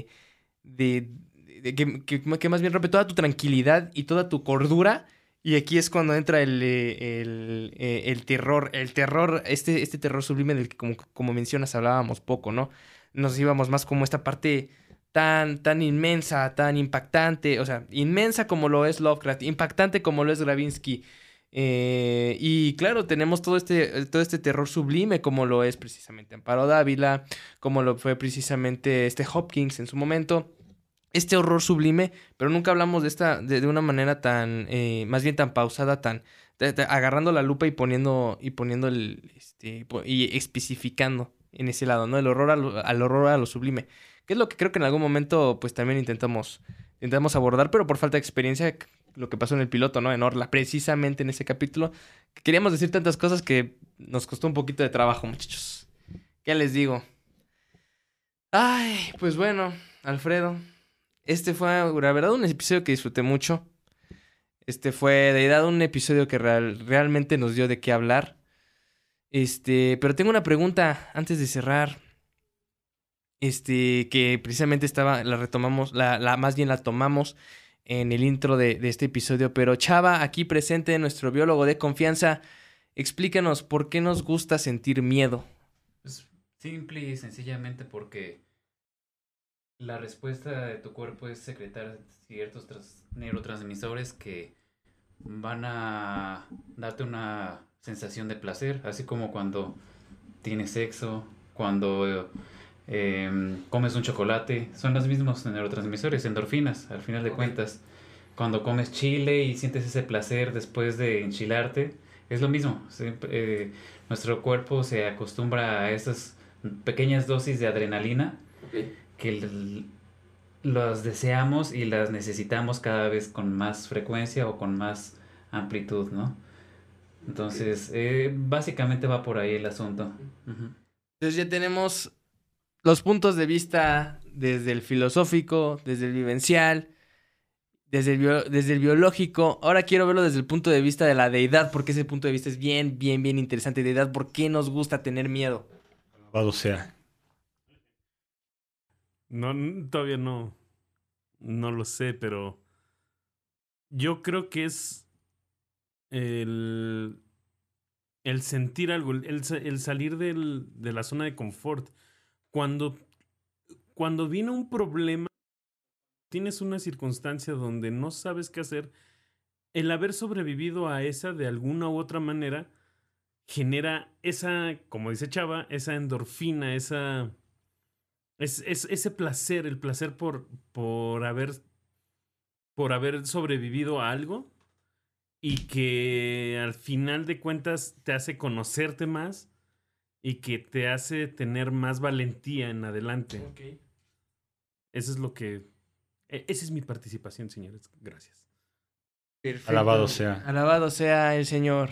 que más bien rompe toda tu tranquilidad y toda tu cordura. Y aquí es cuando entra el terror. El terror, este terror sublime del que como mencionas hablábamos poco, ¿no? Nos íbamos más como esta parte tan inmensa, tan impactante, o sea, inmensa como lo es Lovecraft, impactante como lo es Stravinsky. Y claro, tenemos todo este terror sublime como lo es precisamente Amparo Dávila, como lo fue precisamente Hopkins en su momento. Este horror sublime, pero nunca hablamos de una manera tan, más bien tan pausada, agarrando la lupa y poniendo y especificando en ese lado, ¿no? El horror al horror a lo sublime. Que es lo que creo que en algún momento, pues, también intentamos abordar, pero por falta de experiencia, lo que pasó en el piloto, ¿no? En Orla, precisamente en ese capítulo. Que queríamos decir tantas cosas que nos costó un poquito de trabajo, muchachos. ¿Qué les digo? Ay, pues bueno, Alfredo. Este fue, la verdad, un episodio que disfruté mucho. Este fue, de verdad, un episodio que realmente nos dio de qué hablar. Pero tengo una pregunta antes de cerrar. Que precisamente la retomamos, más bien la tomamos en el intro de este episodio. Pero Chava, aquí presente, nuestro biólogo de confianza, explícanos por qué nos gusta sentir miedo. Pues simple y sencillamente porque la respuesta de tu cuerpo es secretar ciertos neurotransmisores que van a darte una sensación de placer, así como cuando tienes sexo, cuando comes un chocolate, son los mismos neurotransmisores, endorfinas, al final de cuentas. Cuando comes chile y sientes ese placer después de enchilarte, es lo mismo. Nuestro cuerpo se acostumbra a esas pequeñas dosis de adrenalina que las deseamos y las necesitamos cada vez con más frecuencia o con más amplitud, ¿no? Entonces, básicamente va por ahí el asunto. Uh-huh. Entonces ya tenemos los puntos de vista desde el filosófico, desde el vivencial, desde el biológico. Ahora quiero verlo desde el punto de vista de la deidad, porque ese punto de vista es bien, bien, bien interesante. Deidad, ¿por qué nos gusta tener miedo? Alabado sea. No, todavía no lo sé, pero yo creo que es el sentir algo, el salir de la zona de confort. Cuando viene un problema, tienes una circunstancia donde no sabes qué hacer, el haber sobrevivido a esa de alguna u otra manera genera esa, como dice Chava, esa endorfina, ese placer, el placer por haber sobrevivido a algo y que al final de cuentas te hace conocerte más y que te hace tener más valentía en adelante. Okay. Eso es lo que... Esa es mi participación, señores. Gracias. Perfecto. Alabado sea. Alabado sea el Señor.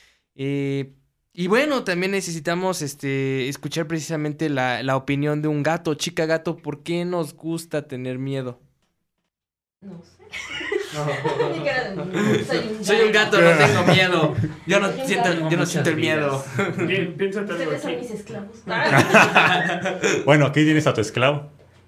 Y bueno, también necesitamos escuchar precisamente la opinión de un gato. Chica gato, ¿por qué nos gusta tener miedo? No sé. Mi cara de- Soy un gato, no tengo miedo. Yo no siento el miedo. Bien, piénsate algo Ustedes son aquí. mis esclavos. Bueno, aquí tienes a tu esclavo.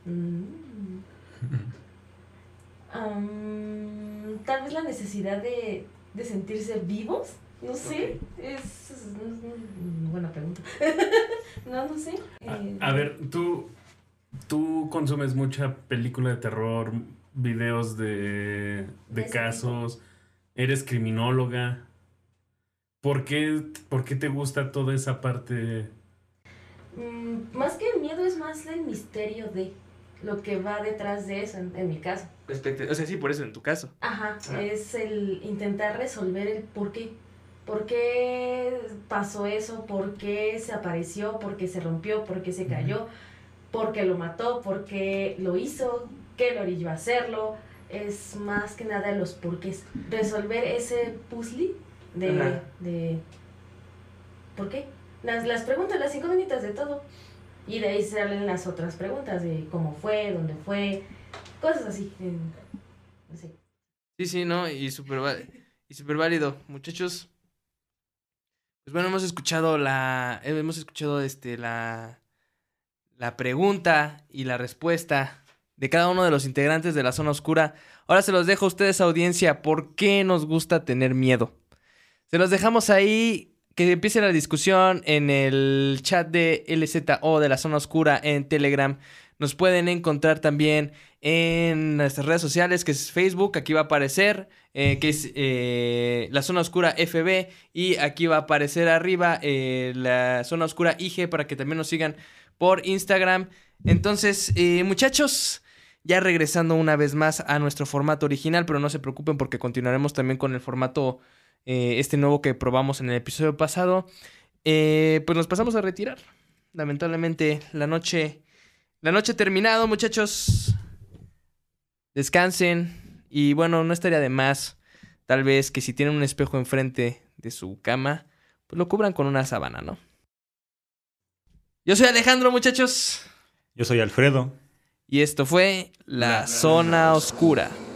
Tal vez la necesidad de sentirse vivos. No sé. Es una buena pregunta. No sé. A ver, tú consumes mucha película de terror, videos de casos, eres criminóloga. ¿Por qué te gusta toda esa parte? Más que el miedo es más el misterio de lo que va detrás de eso, en mi caso. O sea, sí, por eso en tu caso. Ajá, es el intentar resolver el por qué. ¿Por qué pasó eso? ¿Por qué se apareció? ¿Por qué se rompió? ¿Por qué se cayó? ¿Por qué lo mató? ¿Por qué lo hizo? ¿Qué lo orilló a hacerlo? Es más que nada los porqués. Resolver ese puzzle de ¿por qué? Las preguntas, las incógnitas de todo. Y de ahí salen las otras preguntas de cómo fue, dónde fue, cosas así. No sé. Sí, ¿no? Y súper válido. Muchachos, pues bueno, hemos escuchado la pregunta y la respuesta de cada uno de los integrantes de la zona oscura. Ahora se los dejo a ustedes, audiencia. ¿Por qué nos gusta tener miedo? Se los dejamos ahí. Que empiece la discusión en el chat de LZO de la zona oscura en Telegram. Nos pueden encontrar también en nuestras redes sociales, que es Facebook, aquí va a aparecer, que es la zona oscura FB, y aquí va a aparecer arriba la zona oscura IG, para que también nos sigan por Instagram. Entonces, muchachos, ya regresando una vez más a nuestro formato original, pero no se preocupen porque continuaremos también con el formato nuevo que probamos en el episodio pasado. Pues nos pasamos a retirar. lamentablemente la noche ha terminado, muchachos. Descansen. Y bueno, no estaría de más, tal vez, que si tienen un espejo enfrente de su cama, pues lo cubran con una sábana, ¿no? Yo soy Alejandro, muchachos. Yo soy Alfredo. Y esto fue La Zona Oscura.